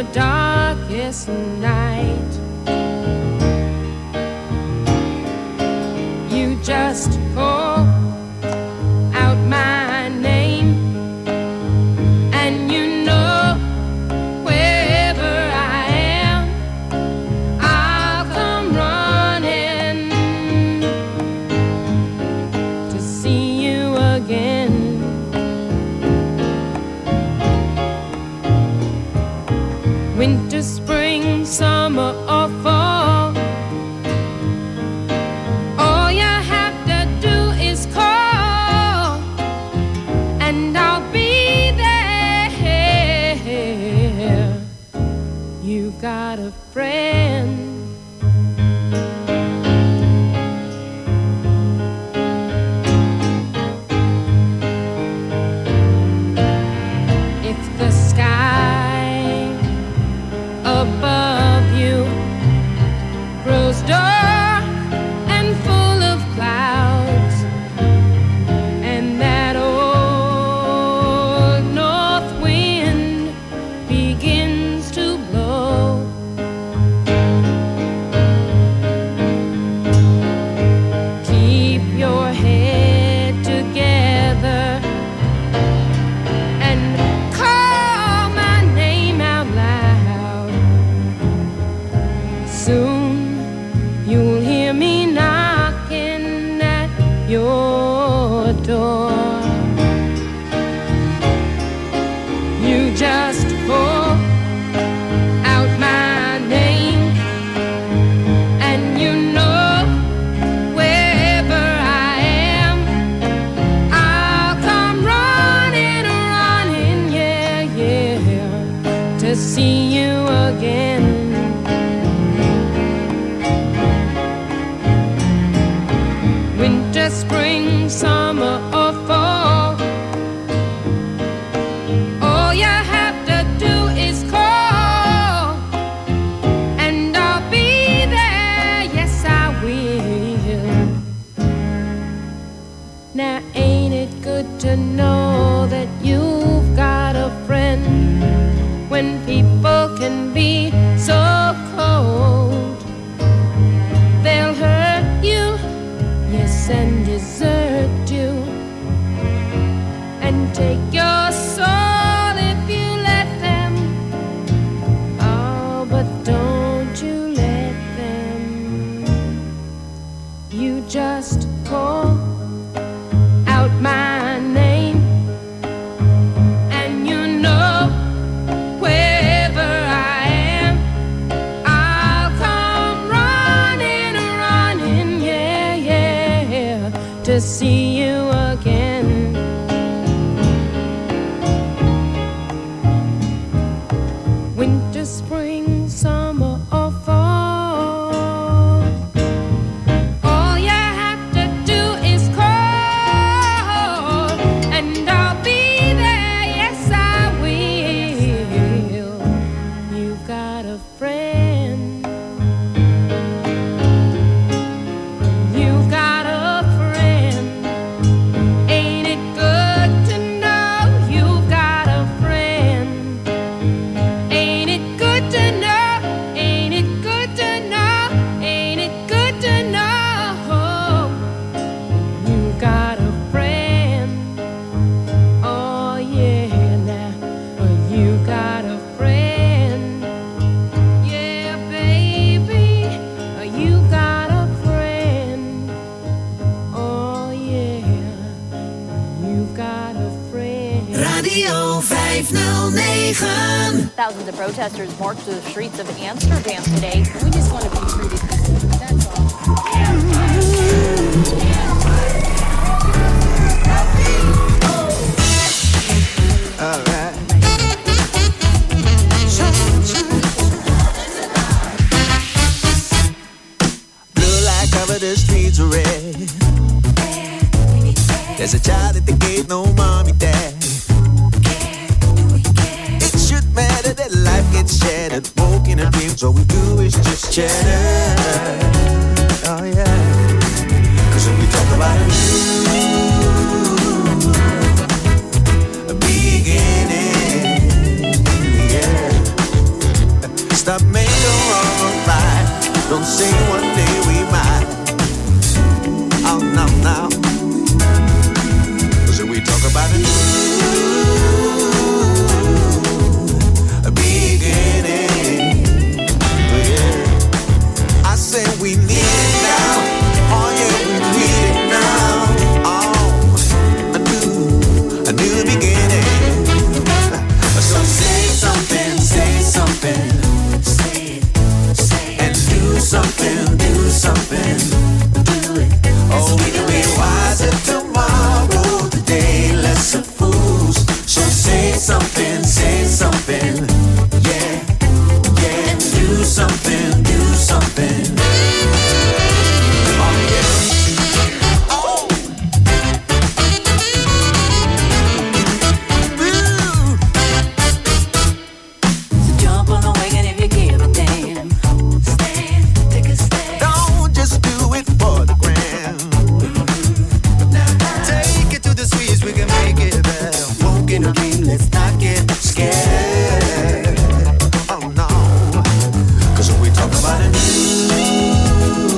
your darkest night. You just call out my name, and you know wherever I am, I'll come running to see you again. Winter, spring, summer, or fall, all you have to do is call, and I'll be there. You got a friend. If the sky above you grows dark and full of clouds, and that old north wind begins to blow, keep your head together and call my name out loud. Soon you'll hear me knocking at your door. You just call out my name, and you know wherever I am, I'll come running, running, yeah, yeah, to see you again. Winter, spring, summer, or fall, all you have to do is call, and I'll be there, yes I will. Now ain't it good to know that you've got a friend when people can be so cold? They'll hurt you, yes, and desert you, and take your soul if you let them. Oh, but don't you let them. You just call out my name, and you know wherever I am, I'll come running, running, yeah, yeah, to see you again. Winter, spring, summer, or fall, all you have to do is call, and I'll be there, yes I will. You've got a friend. You've got a friend. Ain't it good to know you've got a friend? Ain't it good to know? Ain't it good to know? Ain't it good to know you got a friend? Oh yeah, now you got a friend. Yeah, baby, you got a friend. Oh yeah, you got a friend. Radio vijfhonderdnegen. Thousands of protesters marched through the streets of Amsterdam today. We just want to be treated equally. That's all. All right. Blue light covered the streets with red. There's a child at the gate, no mommy, dad. It should matter that life gets shattered, broken and dreams. All we do is just chatter. Oh yeah. Cause when we talk about a new beginning, yeah. something. Do it. Oh, we can be wiser tomorrow. Today, less of fools. So say something, say something. Yeah, yeah. And do something, do something. Oh, yeah. Let's not get scared. Oh no. Cause when we talk about a new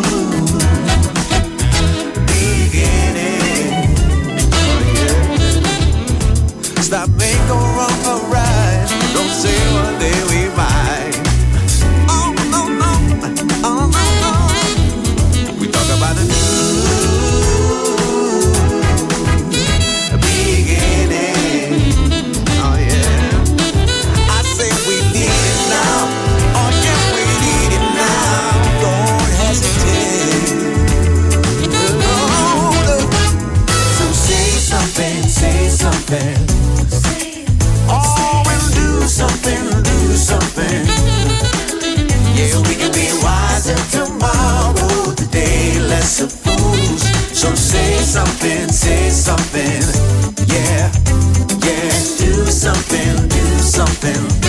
beginning, oh yeah. Stop making a wrong or right. Don't say one day we might. Oh no, no. Oh no, no. We talk about a new something. Oh, we'll do something, do something. Yeah, we can be wiser tomorrow. Today, less of fools. So say something, say something. Yeah, yeah, do something, do something.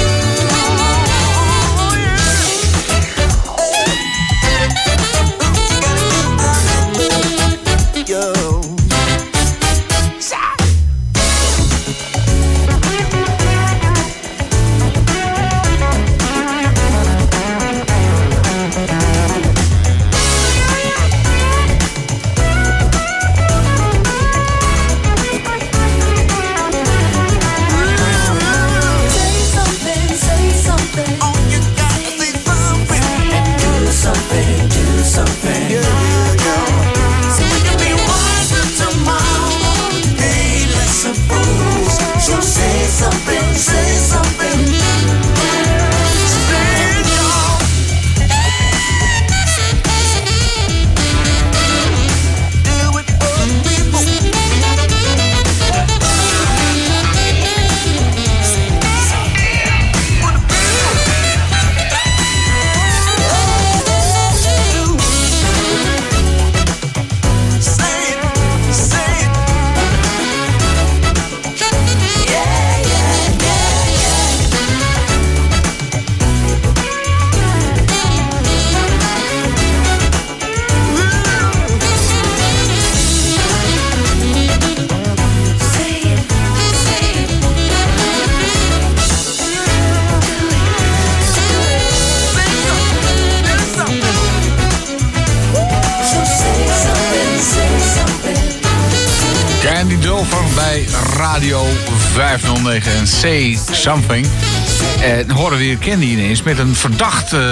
Bij Radio vijfhonderdnegen en Say Something. En horen we hier Candy ineens met een verdacht uh,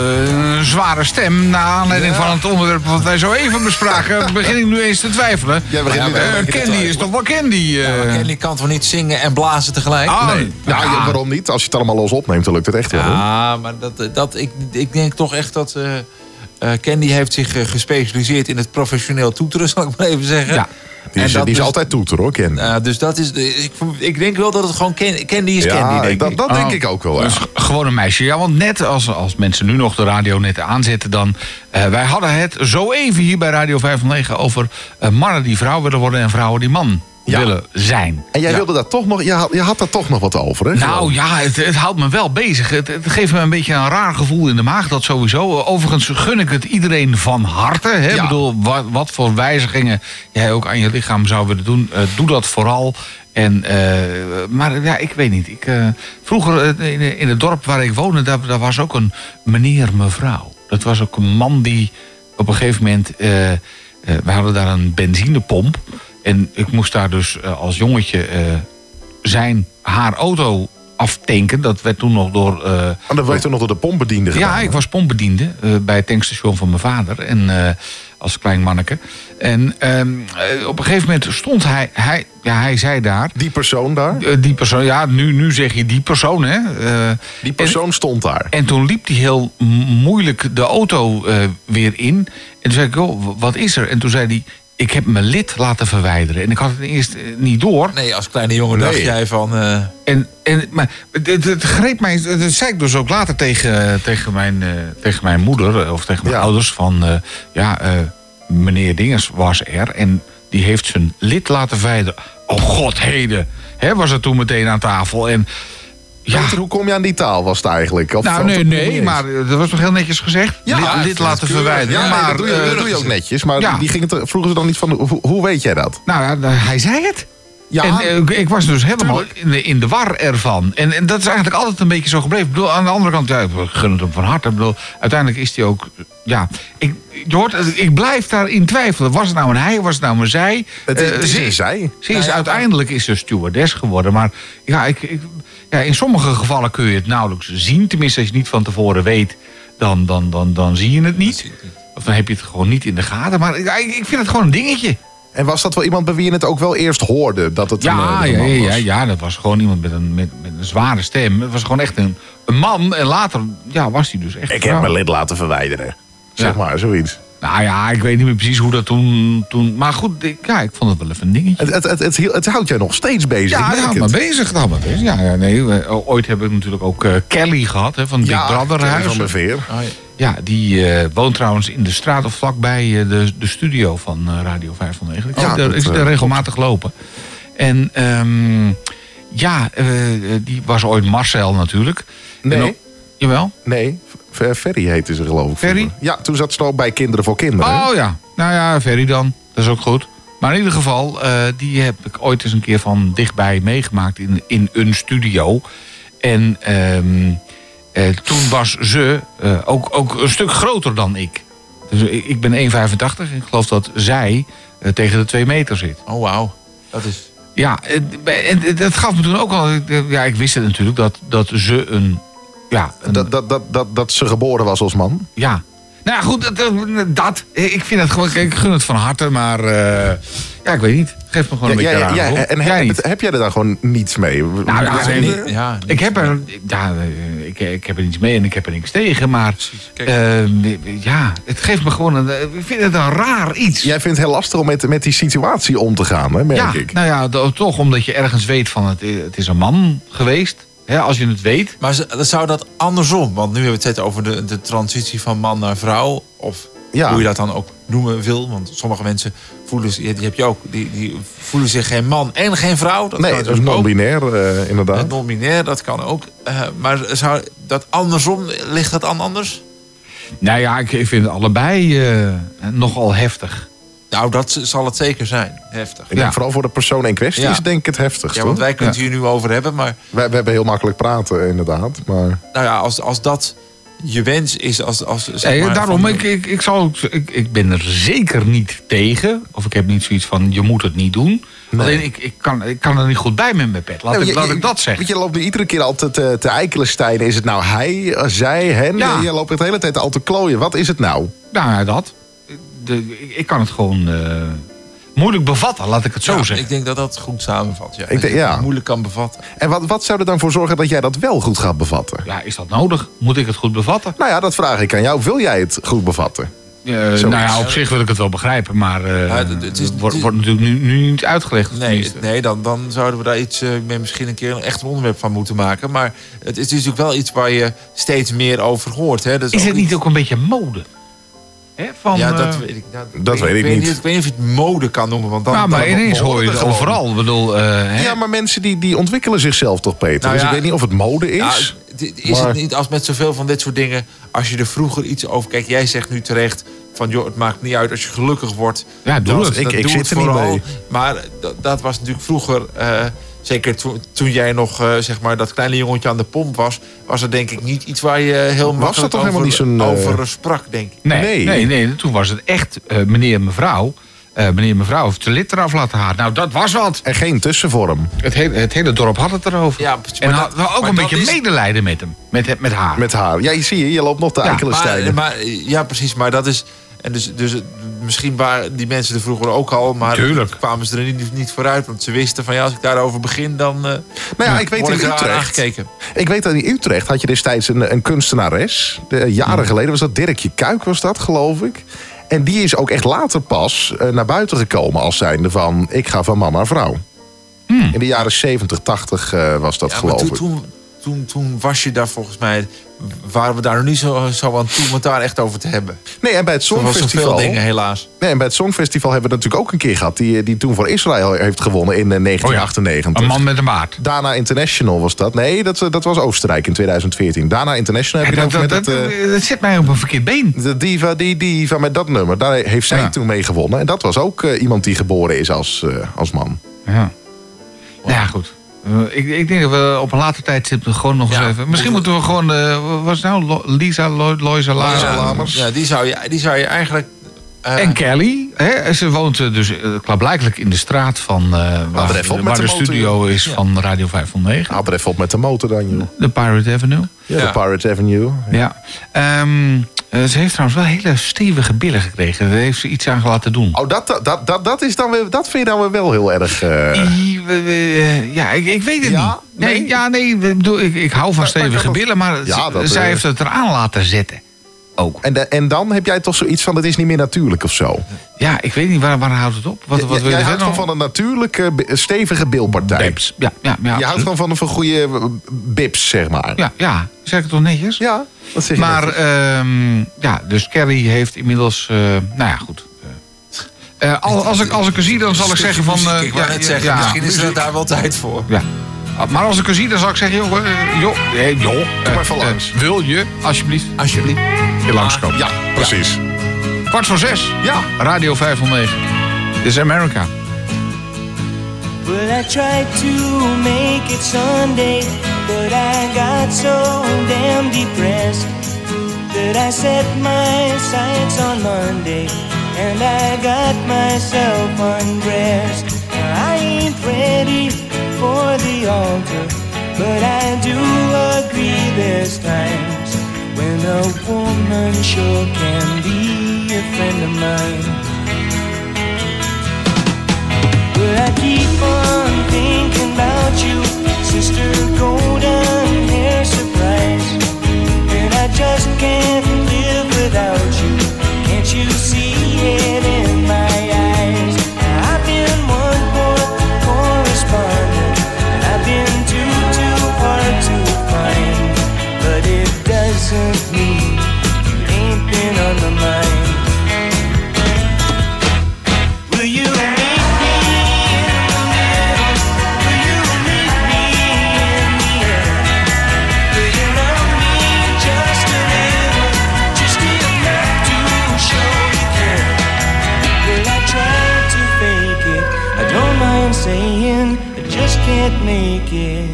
zware stem. Naar aanleiding ja. van het onderwerp wat wij zo even bespraken, begin ik nu eens te twijfelen. Ja, ja, uh, Candy is toch wel Candy? Uh... Ja, maar Candy kan toch niet zingen en blazen tegelijk? Ah, nee. Ja, ja, waarom niet? Als je het allemaal los opneemt, dan lukt het echt wel. Ja, maar dat, dat, ik, ik denk toch echt dat uh, uh, Candy heeft zich uh, gespecialiseerd in het professioneel toeteren, zal ik maar even zeggen. Ja. Die is, die is dus, altijd toeter hoor, Candy. Uh, dus dat is. Ik, ik denk wel dat het gewoon Candy, Candy is. Ja, Candy, denk dat, ik. dat denk oh, ik ook wel. Ja. Dus gewoon een meisje. Ja, want net als, als mensen nu nog de radio net aanzetten, dan. Uh, wij hadden het zo even hier bij Radio vijfhonderdnegen over uh, mannen die vrouw willen worden en vrouwen die man ja. willen zijn. En jij ja. wilde dat toch nog. Je had, je had daar toch nog wat over, hè? Nou ja, het, het houdt me wel bezig. Het, het geeft me een beetje een raar gevoel in de maag, dat sowieso. Overigens gun ik het iedereen van harte. Hè? Ja. Ik bedoel, wat, wat voor wijzigingen jij ook aan je lichaam zou willen doen, uh, doe dat vooral. En, uh, maar ja, ik weet niet. Ik, uh, vroeger uh, in, in het dorp waar ik woonde, daar, daar was ook een meneer, mevrouw. Dat was ook een man die op een gegeven moment. Uh, uh, we hadden daar een benzinepomp. En ik moest daar dus uh, als jongetje uh, zijn, haar auto aftanken. Dat werd toen nog door... Uh, en dat werd toen nog door de pompbediende gedaan. Ja, ik was pompbediende uh, bij het tankstation van mijn vader. En uh, als klein manneke. En um, op een gegeven moment stond hij, hij, ja, hij zei daar... Die persoon daar? Uh, die persoon, ja, nu, nu zeg je die persoon, hè. Uh, die persoon en, stond daar. En toen liep hij heel moeilijk de auto uh, weer in. En toen zei ik, oh, wat is er? En toen zei hij, ik heb mijn lid laten verwijderen. En ik had het eerst uh, niet door. Nee, als kleine jongen dacht nee. jij van... Uh... En, en, maar het, het greep mij, dat zei ik dus ook later tegen, tegen, mijn, uh, tegen mijn moeder, of tegen mijn ja. ouders, van uh, ja, uh, meneer Dingers was er en die heeft zijn lid laten verwijderen. Oh god, heden, hè, was er toen meteen aan tafel. En ja. Peter, hoe kom je aan die taal, was het eigenlijk? Of nou, nee, nee, maar dat was nog heel netjes gezegd. Ja, lid, lid laten verwijderen. Ja, maar, nee, dat, doe je, uh, dat doe je ook netjes. Maar ja. die ging het, vroegen ze dan niet van, hoe, hoe weet jij dat? Nou ja, hij zei het. Ja, en uh, ik was dus helemaal in de, in de war ervan. En, en dat is eigenlijk altijd een beetje zo gebleven. Ik bedoel, aan de andere kant, ja, ik gun het hem van harte. Ik bedoel, uiteindelijk is hij ook... Ja, ik, je hoort, ik blijf daarin twijfelen. Was het nou een hij, was het nou een zij? Het is, uh, het is een zij. Ze is, ja, uiteindelijk is ze stewardess geworden. Maar ja, ik, ik, ja, in sommige gevallen kun je het nauwelijks zien. Tenminste, als je het niet van tevoren weet, dan, dan, dan, dan zie je het niet. Of dan heb je het gewoon niet in de gaten. Maar ja, ik, ik vind het gewoon een dingetje. En was dat wel iemand bij wie je het ook wel eerst hoorde? Dat het ja, een, een man ja, was? ja, ja, dat was gewoon iemand met een, met, met een zware stem. Het was gewoon echt een, een man. En later ja, was hij dus echt Ik heb mijn lid laten verwijderen. Zeg ja. maar, zoiets. Nou ja, ik weet niet meer precies hoe dat toen... toen maar goed, ik, ja, ik vond het wel even een dingetje. Het, het, het, het, het houdt jij nog steeds bezig. Ja, het houdt me bezig. Het houdt me bezig. Ja, ja, nee, ooit heb ik natuurlijk ook uh, Kelly gehad, hè, van Big ja, Brother Huis. van de Veer. Oh, ja. Ja, die uh, woont trouwens in de straat of vlakbij uh, de, de studio van uh, Radio vijfhonderdnegen. Ik ja, zit er, ik zit er regelmatig lopen. En um, ja, uh, die was ooit Marcel natuurlijk. Nee. En, jawel? Nee, Ferry heette ze geloof ik. Ferry? Ja, toen zat ze ook bij Kinderen voor Kinderen. Oh ja, nou ja, Ferry dan. Dat is ook goed. Maar in ieder geval, uh, die heb ik ooit eens een keer van dichtbij meegemaakt in, in een studio. En... Um, Uh, toen was ze uh, ook, ook een stuk groter dan ik. Dus ik, ik ben één komma vijfentachtig en ik geloof dat zij uh, tegen de twee meter zit. Oh, wauw. Dat is... Ja, en, en dat gaf me toen ook al... Ja, ik wist het natuurlijk dat, dat ze een... Ja, een... Dat, dat, dat, dat, dat ze geboren was als man? Ja. Nou ja, goed, dat, dat. Ik vind het gewoon... Ik gun het van harte, maar... Uh, ja, ik weet niet. Geef me gewoon een ja, beetje ja, raar. Ja, en heb, heb, heb jij er dan gewoon niets mee? Nou ja, nee, nee, ja ik heb er... Ja, ik, ik heb er niets mee en ik heb er niks tegen, maar... Uh, ja, het geeft me gewoon een... Ik vind het een raar iets. Jij vindt het heel lastig om met, met die situatie om te gaan, hè, merk ja, ik. Nou ja, toch omdat je ergens weet van het, het is een man geweest. Hè, als je het weet. Maar zou dat andersom? Want nu hebben we het over de, de transitie van man naar vrouw. Of ja. hoe je dat dan ook noemen wil. Want sommige mensen voelen, die heb je ook, die, die voelen zich geen man en geen vrouw. Dat nee, dat is non-binair uh, inderdaad. Non-binair, dat kan ook. Uh, maar zou dat andersom, ligt dat dan anders? Nou ja, ik, ik vind het allebei uh, nogal heftig. Nou, dat zal het zeker zijn. Heftig. Ik denk ja. vooral voor de persoon in kwestie ja. is denk ik het heftigst. Ja, want wij kunnen het ja. hier nu over hebben, maar... Wij, we hebben heel makkelijk praten, inderdaad. Maar... Nou ja, als, als dat je wens is... Als, als, zeg nee, maar, daarom, van... ik, ik, ik, zal, ik, ik ben er zeker niet tegen. Of ik heb niet zoiets van, je moet het niet doen. Nee. Alleen, ik, ik, kan, ik kan er niet goed bij met mijn pet. Laat, nee, ik, je, laat je, ik dat zeggen. Je loopt nu iedere keer altijd te, te eikelen, Stijn. Is het nou hij, zij, hen? Ja. Je loopt de hele tijd al te klooien. Wat is het nou? Nou ja, dat. De, ik, ik kan het gewoon... Uh, moeilijk bevatten, laat ik het zo ja, zeggen. Ik denk dat dat goed samenvat. Ja. Ik denk, ja. Het moeilijk kan bevatten. En wat, wat zou er dan voor zorgen dat jij dat wel goed gaat bevatten? Ja, is dat nodig? Moet ik het goed bevatten? Nou ja, dat vraag ik aan jou. Wil jij het goed bevatten? Uh, nou ja, op zich wil ik het wel begrijpen, maar uh, ja, het, het is, wordt, wordt natuurlijk nu, nu niet uitgelegd. Nee, nee dan, dan zouden we daar iets uh, mee misschien een keer een echt een onderwerp van moeten maken. Maar het is natuurlijk wel iets waar je steeds meer over hoort. Hè. Dat is, is het niet iets... ook een beetje mode? He, van, ja, dat weet ik, nou, dat ik, weet ik, ik weet niet. niet. Ik weet niet of je het mode kan noemen. Want dan, ja, maar dan ineens hoor je het overal. Ik bedoel, uh, ja, maar mensen die, die ontwikkelen zichzelf toch, Peter? Nou, dus ja, ik weet niet of het mode is. Ja, is maar... het niet als met zoveel van dit soort dingen... als je er vroeger iets over... Kijk, jij zegt nu terecht... van joh, het maakt niet uit als je gelukkig wordt. Ja, doe dat, het. Ik, dat ik doe zit het er niet vooral. mee. Maar dat, dat was natuurlijk vroeger... Uh, zeker to, toen jij nog, uh, zeg maar, dat kleine jongetje aan de pomp was... was er denk ik niet iets waar je heel was makkelijk toch over, niet zo'n, uh... over sprak, denk ik. Nee, nee, nee, nee. Toen was het echt uh, meneer en mevrouw... Uh, meneer mevrouw heeft de lid eraf laten halen. Nou, dat was wat. En geen tussenvorm. Het hele, het hele dorp had het erover. Ja, en had we ook een beetje is... medelijden met hem. Met, met haar. Met haar. Ja, je zie je, je loopt nog te ja, eikelen, Stijn. Maar, maar, ja, precies. Maar dat is... En dus, dus het- misschien waren die mensen er vroeger ook al, maar Tuurlijk. kwamen ze er niet, niet vooruit. Want ze wisten van ja, als ik daarover begin, dan uh, Nou ja, ik weet word in ik raar Utrecht. aangekeken. Ik weet dat in Utrecht had je destijds een, een kunstenares. De, jaren geleden was dat Dirkje Kuik, was dat, geloof ik. En die is ook echt later pas uh, naar buiten gekomen als zijnde van... ik ga van man naar vrouw. Hmm. In de jaren zeventig, tachtig uh, was dat, Ja, maar geloof toen, ik. toen, toen, toen was je daar volgens mij, waren we daar nog niet zo, zo aan toe om het daar echt over te hebben. Nee, en bij het Er was Songfestival... zoveel dingen, helaas. Nee, en bij het Songfestival hebben we het natuurlijk ook een keer gehad... die, die toen voor Israël heeft gewonnen in uh, negentien achtennegentig. Een man met een baard. Dana International was dat. Nee, dat, dat was Oostenrijk in tweeduizend veertien. Dana International heb Ja, je dat, dan dat, met dat, het... uh, dat zit mij op een verkeerd been. De diva, die diva met dat nummer, daar heeft zij Ja. toen mee gewonnen. En dat was ook uh, iemand die geboren is als, uh, als man. Ja. Nou ja, goed. Uh, ik, ik denk dat we op een later tijdstip gewoon nog eens Ja. even... Misschien moeten we gewoon... Uh, wat was het nou? Lo- Lisa Lo- Loisa Loisa Lamers. Lamers. Ja, die zou je, die zou je eigenlijk... uh, En Kelly. Hè? Ze woont uh, dus uh, klaarblijkelijk in de straat van... Uh, waar er even op met waar de de motor, studio is Ja. van Radio vijfhonderdnegen. Haal er even op met de motor dan, joh. De Pirate Avenue. Ja, Ja. de Pirate Avenue. Ja. Ehm, uh, ze heeft trouwens wel hele stevige billen gekregen. Daar heeft ze iets aan laten doen. Oh, dat, dat, dat, dat, is dan weer, dat vind je dan weer wel heel erg... Uh... I- we- we- uh, Ja, ik, ik weet het Ja? niet. Nee, Nee? ja, nee, ik, bedoel, ik, ik hou van Maar- stevige maar kan dat- billen, maar Ja, z- dat, zij eh, heeft het eraan laten zetten. Ook. En, de, en dan heb jij toch zoiets van, het is niet meer natuurlijk of zo. Ja, ik weet niet, waar, waar houdt het op? Wat, wat J- wil je jij er houdt verder gewoon nog? van een natuurlijke, b- stevige bilpartij. Babs. Ja, ja, ja. Je houdt gewoon van een van goede uh, bips, zeg maar. Ja, ja, zeg ik het toch netjes? Ja, dat zeg je Maar, netjes. ehm, ja, dus Carrie heeft inmiddels, uh, nou ja, goed. Uh, uh, al- als, ik, als ik er zie, dan zal ik zeggen van... uh, ik wou ja, net ja, zeggen, ja, misschien is er daar wel tijd voor. Ja. Maar als ik er zie, dan zal ik zeggen, joh, uh, joh, nee, joh. Kom even uh, langs. uh, wil je, alsjeblieft, Alsjeblieft. hier langskomen? Ja, precies. Kwart voor zes. Ja. Radio vijfhonderdnegen. Dit is America. Well, I tried to make it Sunday, but I got so damn depressed that I set my sights on Monday and I got myself undressed. I ain't ready for the altar, but I do agree there's times when a woman sure can be a friend of mine. But I keep on thinking about you, sister golden hair surprise. And I just can't live without you. Can't you see it in my eyes? I've been one more correspondent, and I've been too, too hard to find. But it doesn't mean you ain't been on my mind. Will you meet me in the middle? Will you meet me in the end? Will you love me just a little, just enough to show you care? Will I try to fake it? I don't mind saying I just can't make it.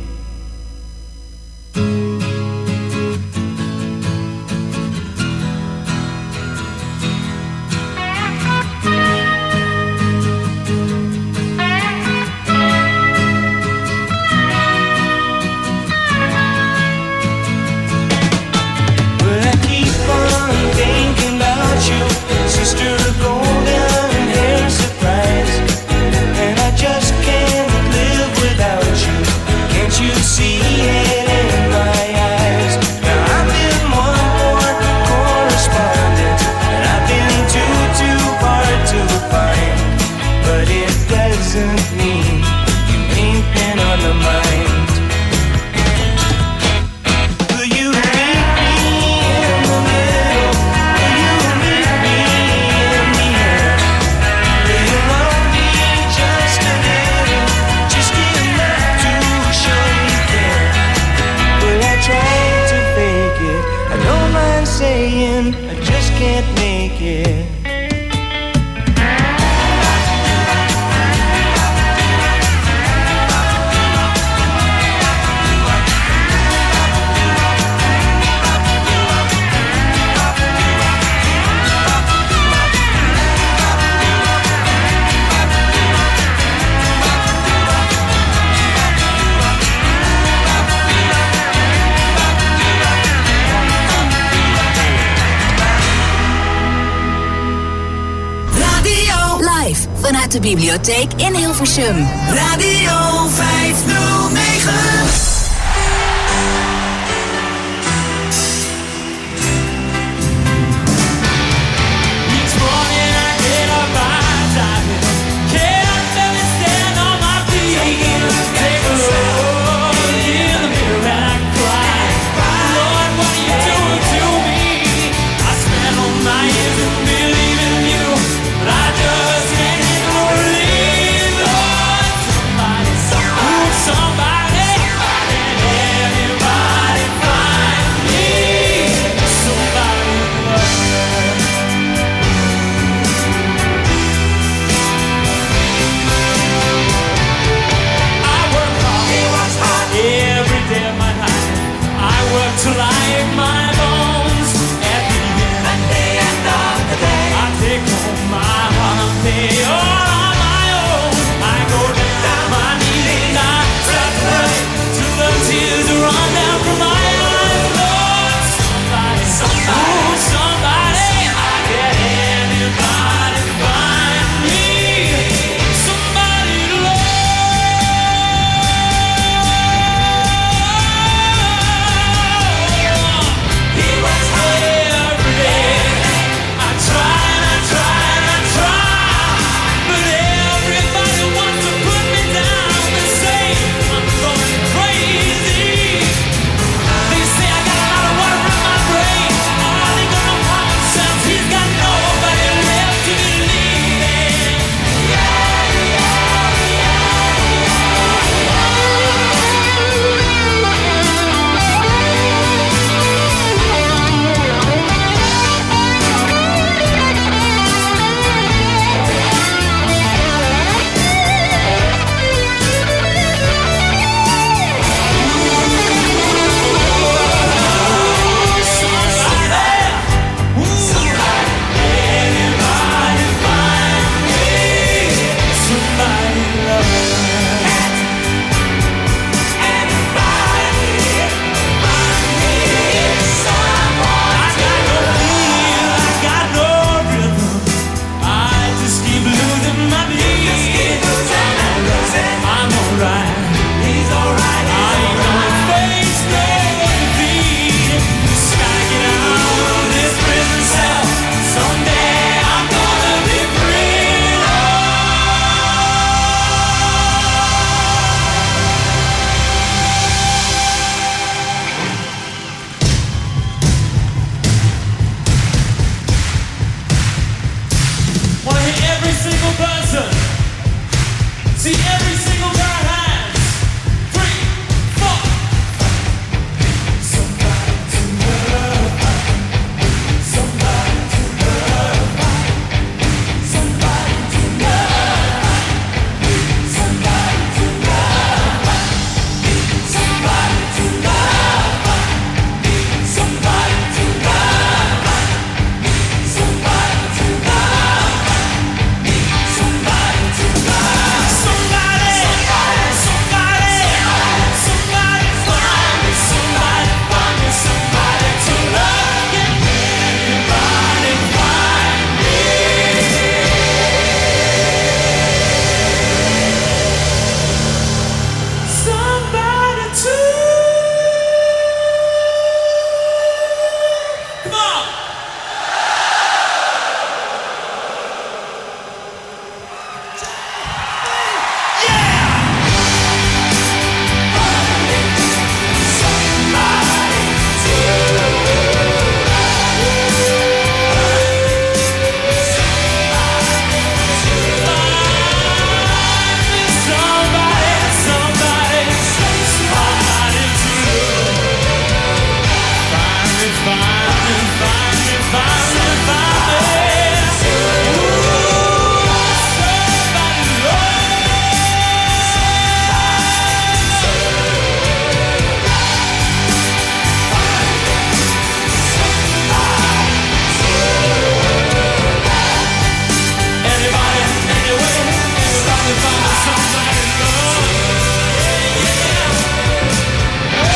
But I keep on thinking about you, sister golden hair surprise. And I just can't live without you. Can't you see it in my eyes? Now I've been one more correspondent, and I've been too, too hard to find. But it doesn't mean you ain't been on the mind. Will you meet me in the middle? Will you meet me in the end? Will you love me just a little, just enough to show you care? Will I try to fake it? I don't mind saying I just can't make it. de Bibliotheek in Hilversum. Radio vijfhonderdnegen.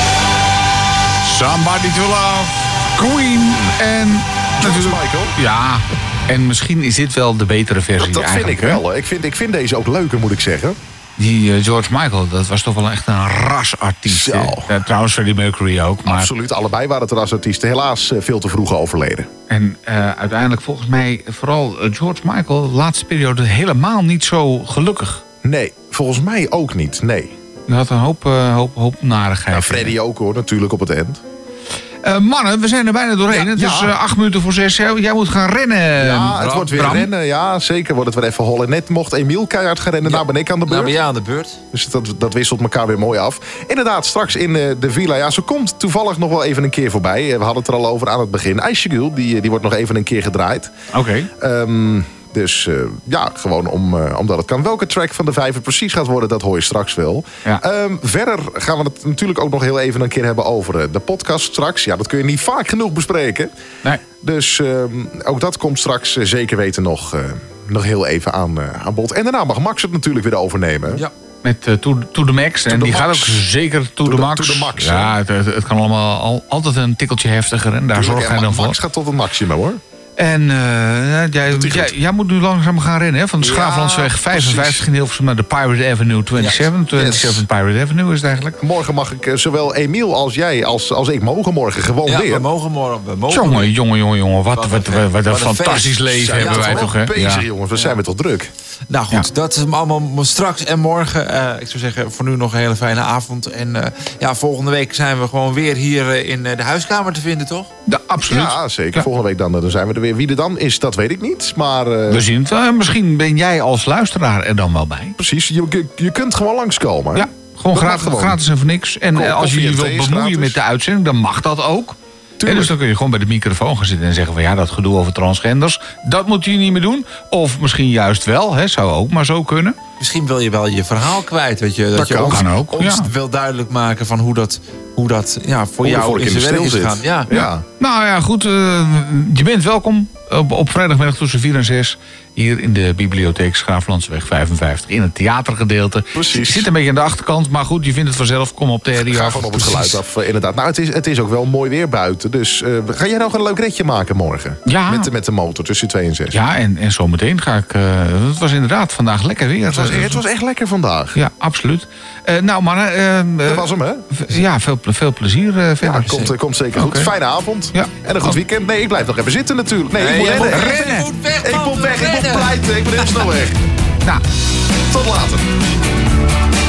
Somebody to Love, Queen en natuurlijk Michael. Ja, En misschien is dit wel de betere versie Dat, dat vind eigenlijk. ik wel. Ik vind, ik vind deze ook leuker, moet ik zeggen. Die uh, George Michael, dat was toch wel echt een rasartiest. Zo. Uh, trouwens, Freddie Mercury ook. Maar... Absoluut, allebei waren het rasartiesten. Helaas uh, veel te vroeg overleden. En uh, uiteindelijk volgens mij vooral uh, George Michael... de laatste periode helemaal niet zo gelukkig. Nee, volgens mij ook niet, nee. Hij had een hoop, uh, hoop, hoop narigheid. Nou, Freddy ook hoor, natuurlijk op het eind. Uh, mannen, we zijn er bijna doorheen. Ja, het ja. is uh, acht minuten voor zes. Jij, jij moet gaan rennen. Ja, het Bram. wordt weer Bram. rennen. Ja, zeker wordt het weer even hollen. Net mocht Emiel keihard gaan rennen. Ja. Nou ben ik aan de beurt. Nou ben jij aan de beurt. Dus dat, dat wisselt elkaar weer mooi af. Inderdaad, straks in uh, de villa. Ja, ze komt toevallig nog wel even een keer voorbij. Uh, we hadden het er al over aan het begin. IJsjegul, die, die wordt nog even een keer gedraaid. Oké. Okay. Um, dus uh, ja, gewoon om, uh, omdat het kan. Welke track van de vijf het precies gaat worden, dat hoor je straks wel. Ja. Um, verder gaan we het natuurlijk ook nog heel even een keer hebben over uh, de podcast straks. Ja, dat kun je niet vaak genoeg bespreken. Nee. Dus um, ook dat komt straks uh, zeker weten nog, uh, nog heel even aan, uh, aan bod. En daarna mag Max het natuurlijk weer overnemen. Ja. Met uh, to, to the Max. To en the die max. gaat ook zeker to, To the, the- max. to the max, Ja, het, het, het kan allemaal al, altijd een tikkeltje heftiger. En daar Tuurlijk, zorg hij ja, dan voor. Max gaat tot het maximum hoor. En uh, jij, Doet hij jij, goed. jij moet nu langzaam gaan rennen. Hè? Van de Ja, Schaaflandsweg vijfenvijftig precies. in Hilversum naar de Pirate Avenue eenentwintig. Ja. eenentwintig Yes. Pirate Avenue is het eigenlijk. Morgen mag ik uh, zowel Emiel als jij als, als ik mogen morgen gewoon Ja, weer. we mogen morgen. We mogen Jongen, weer. jongen, jongen, jongen. Wat, Wat wat, een- wat, wat een wat een fantastisch feest. leven Zijn we hebben wij toch toch, wel hè? bezig, Ja. jongens. We zijn weer toch druk. Nou goed, Ja. dat is allemaal straks en morgen. Uh, ik zou zeggen, voor nu nog een hele fijne avond. En uh, ja, volgende week zijn we gewoon weer hier uh, in uh, de huiskamer te vinden, toch? Ja, absoluut. Ja, zeker. Ja. Volgende week dan, dan zijn we er weer. Wie er dan is, dat weet ik niet. Maar uh, We zien het. Uh, misschien ben jij als luisteraar er dan wel bij. precies, je, je, je kunt gewoon langskomen. Ja, gewoon Dat mag gratis, gewoon. gratis en voor niks. En Ko- uh, als je koffie je en wilt thee is bemoeien gratis. met de uitzending, dan mag dat ook. En Tuurlijk. dus dan kun je gewoon bij de microfoon gaan zitten en zeggen van ja, dat gedoe over transgenders, dat moet je niet meer doen. Of misschien juist wel, hè, zou ook maar zo kunnen. Misschien wil je wel je verhaal kwijt. Weet je, dat, Dat je kan. ons, Kan ook, ons ja. wil duidelijk maken van hoe dat, hoe dat ja, voor Hoe de jou vork in in de zijn werk is steel zit. gegaan. Ja. Ja. Nou ja, goed, uh, je bent welkom op, op vrijdagmiddag tussen vier en zes hier in de bibliotheek Schaaflandsweg vijfenvijftig in het theatergedeelte. Precies. Zit een beetje aan de achterkant, maar goed, je vindt het vanzelf. Kom op de herrie Ga af. gewoon op het geluid af, uh, inderdaad. Nou, het is, het is ook wel mooi weer buiten. Dus uh, ga jij nog een leuk ritje maken morgen? Ja. Met, de- met de motor tussen twee en zes. Ja, en, en zometeen ga ik... Uh, het was inderdaad vandaag lekker weer. Het was, het was echt lekker vandaag. Ja, absoluut. Uh, nou mannen, uh, uh, Dat was hem, hè? v- ja, veel, veel plezier uh, Ja, verder. komt, komt zeker goed. Oké. Fijne avond. Ja. En een goed weekend. Nee, ik blijf nog even zitten natuurlijk. Nee, Nee, ik moet jij moet rennen. rennen. Je moet weg, Ik man, moet weg, ik moet rennen. pleiten. Ik moet heel snel weg. Nou, Tot later.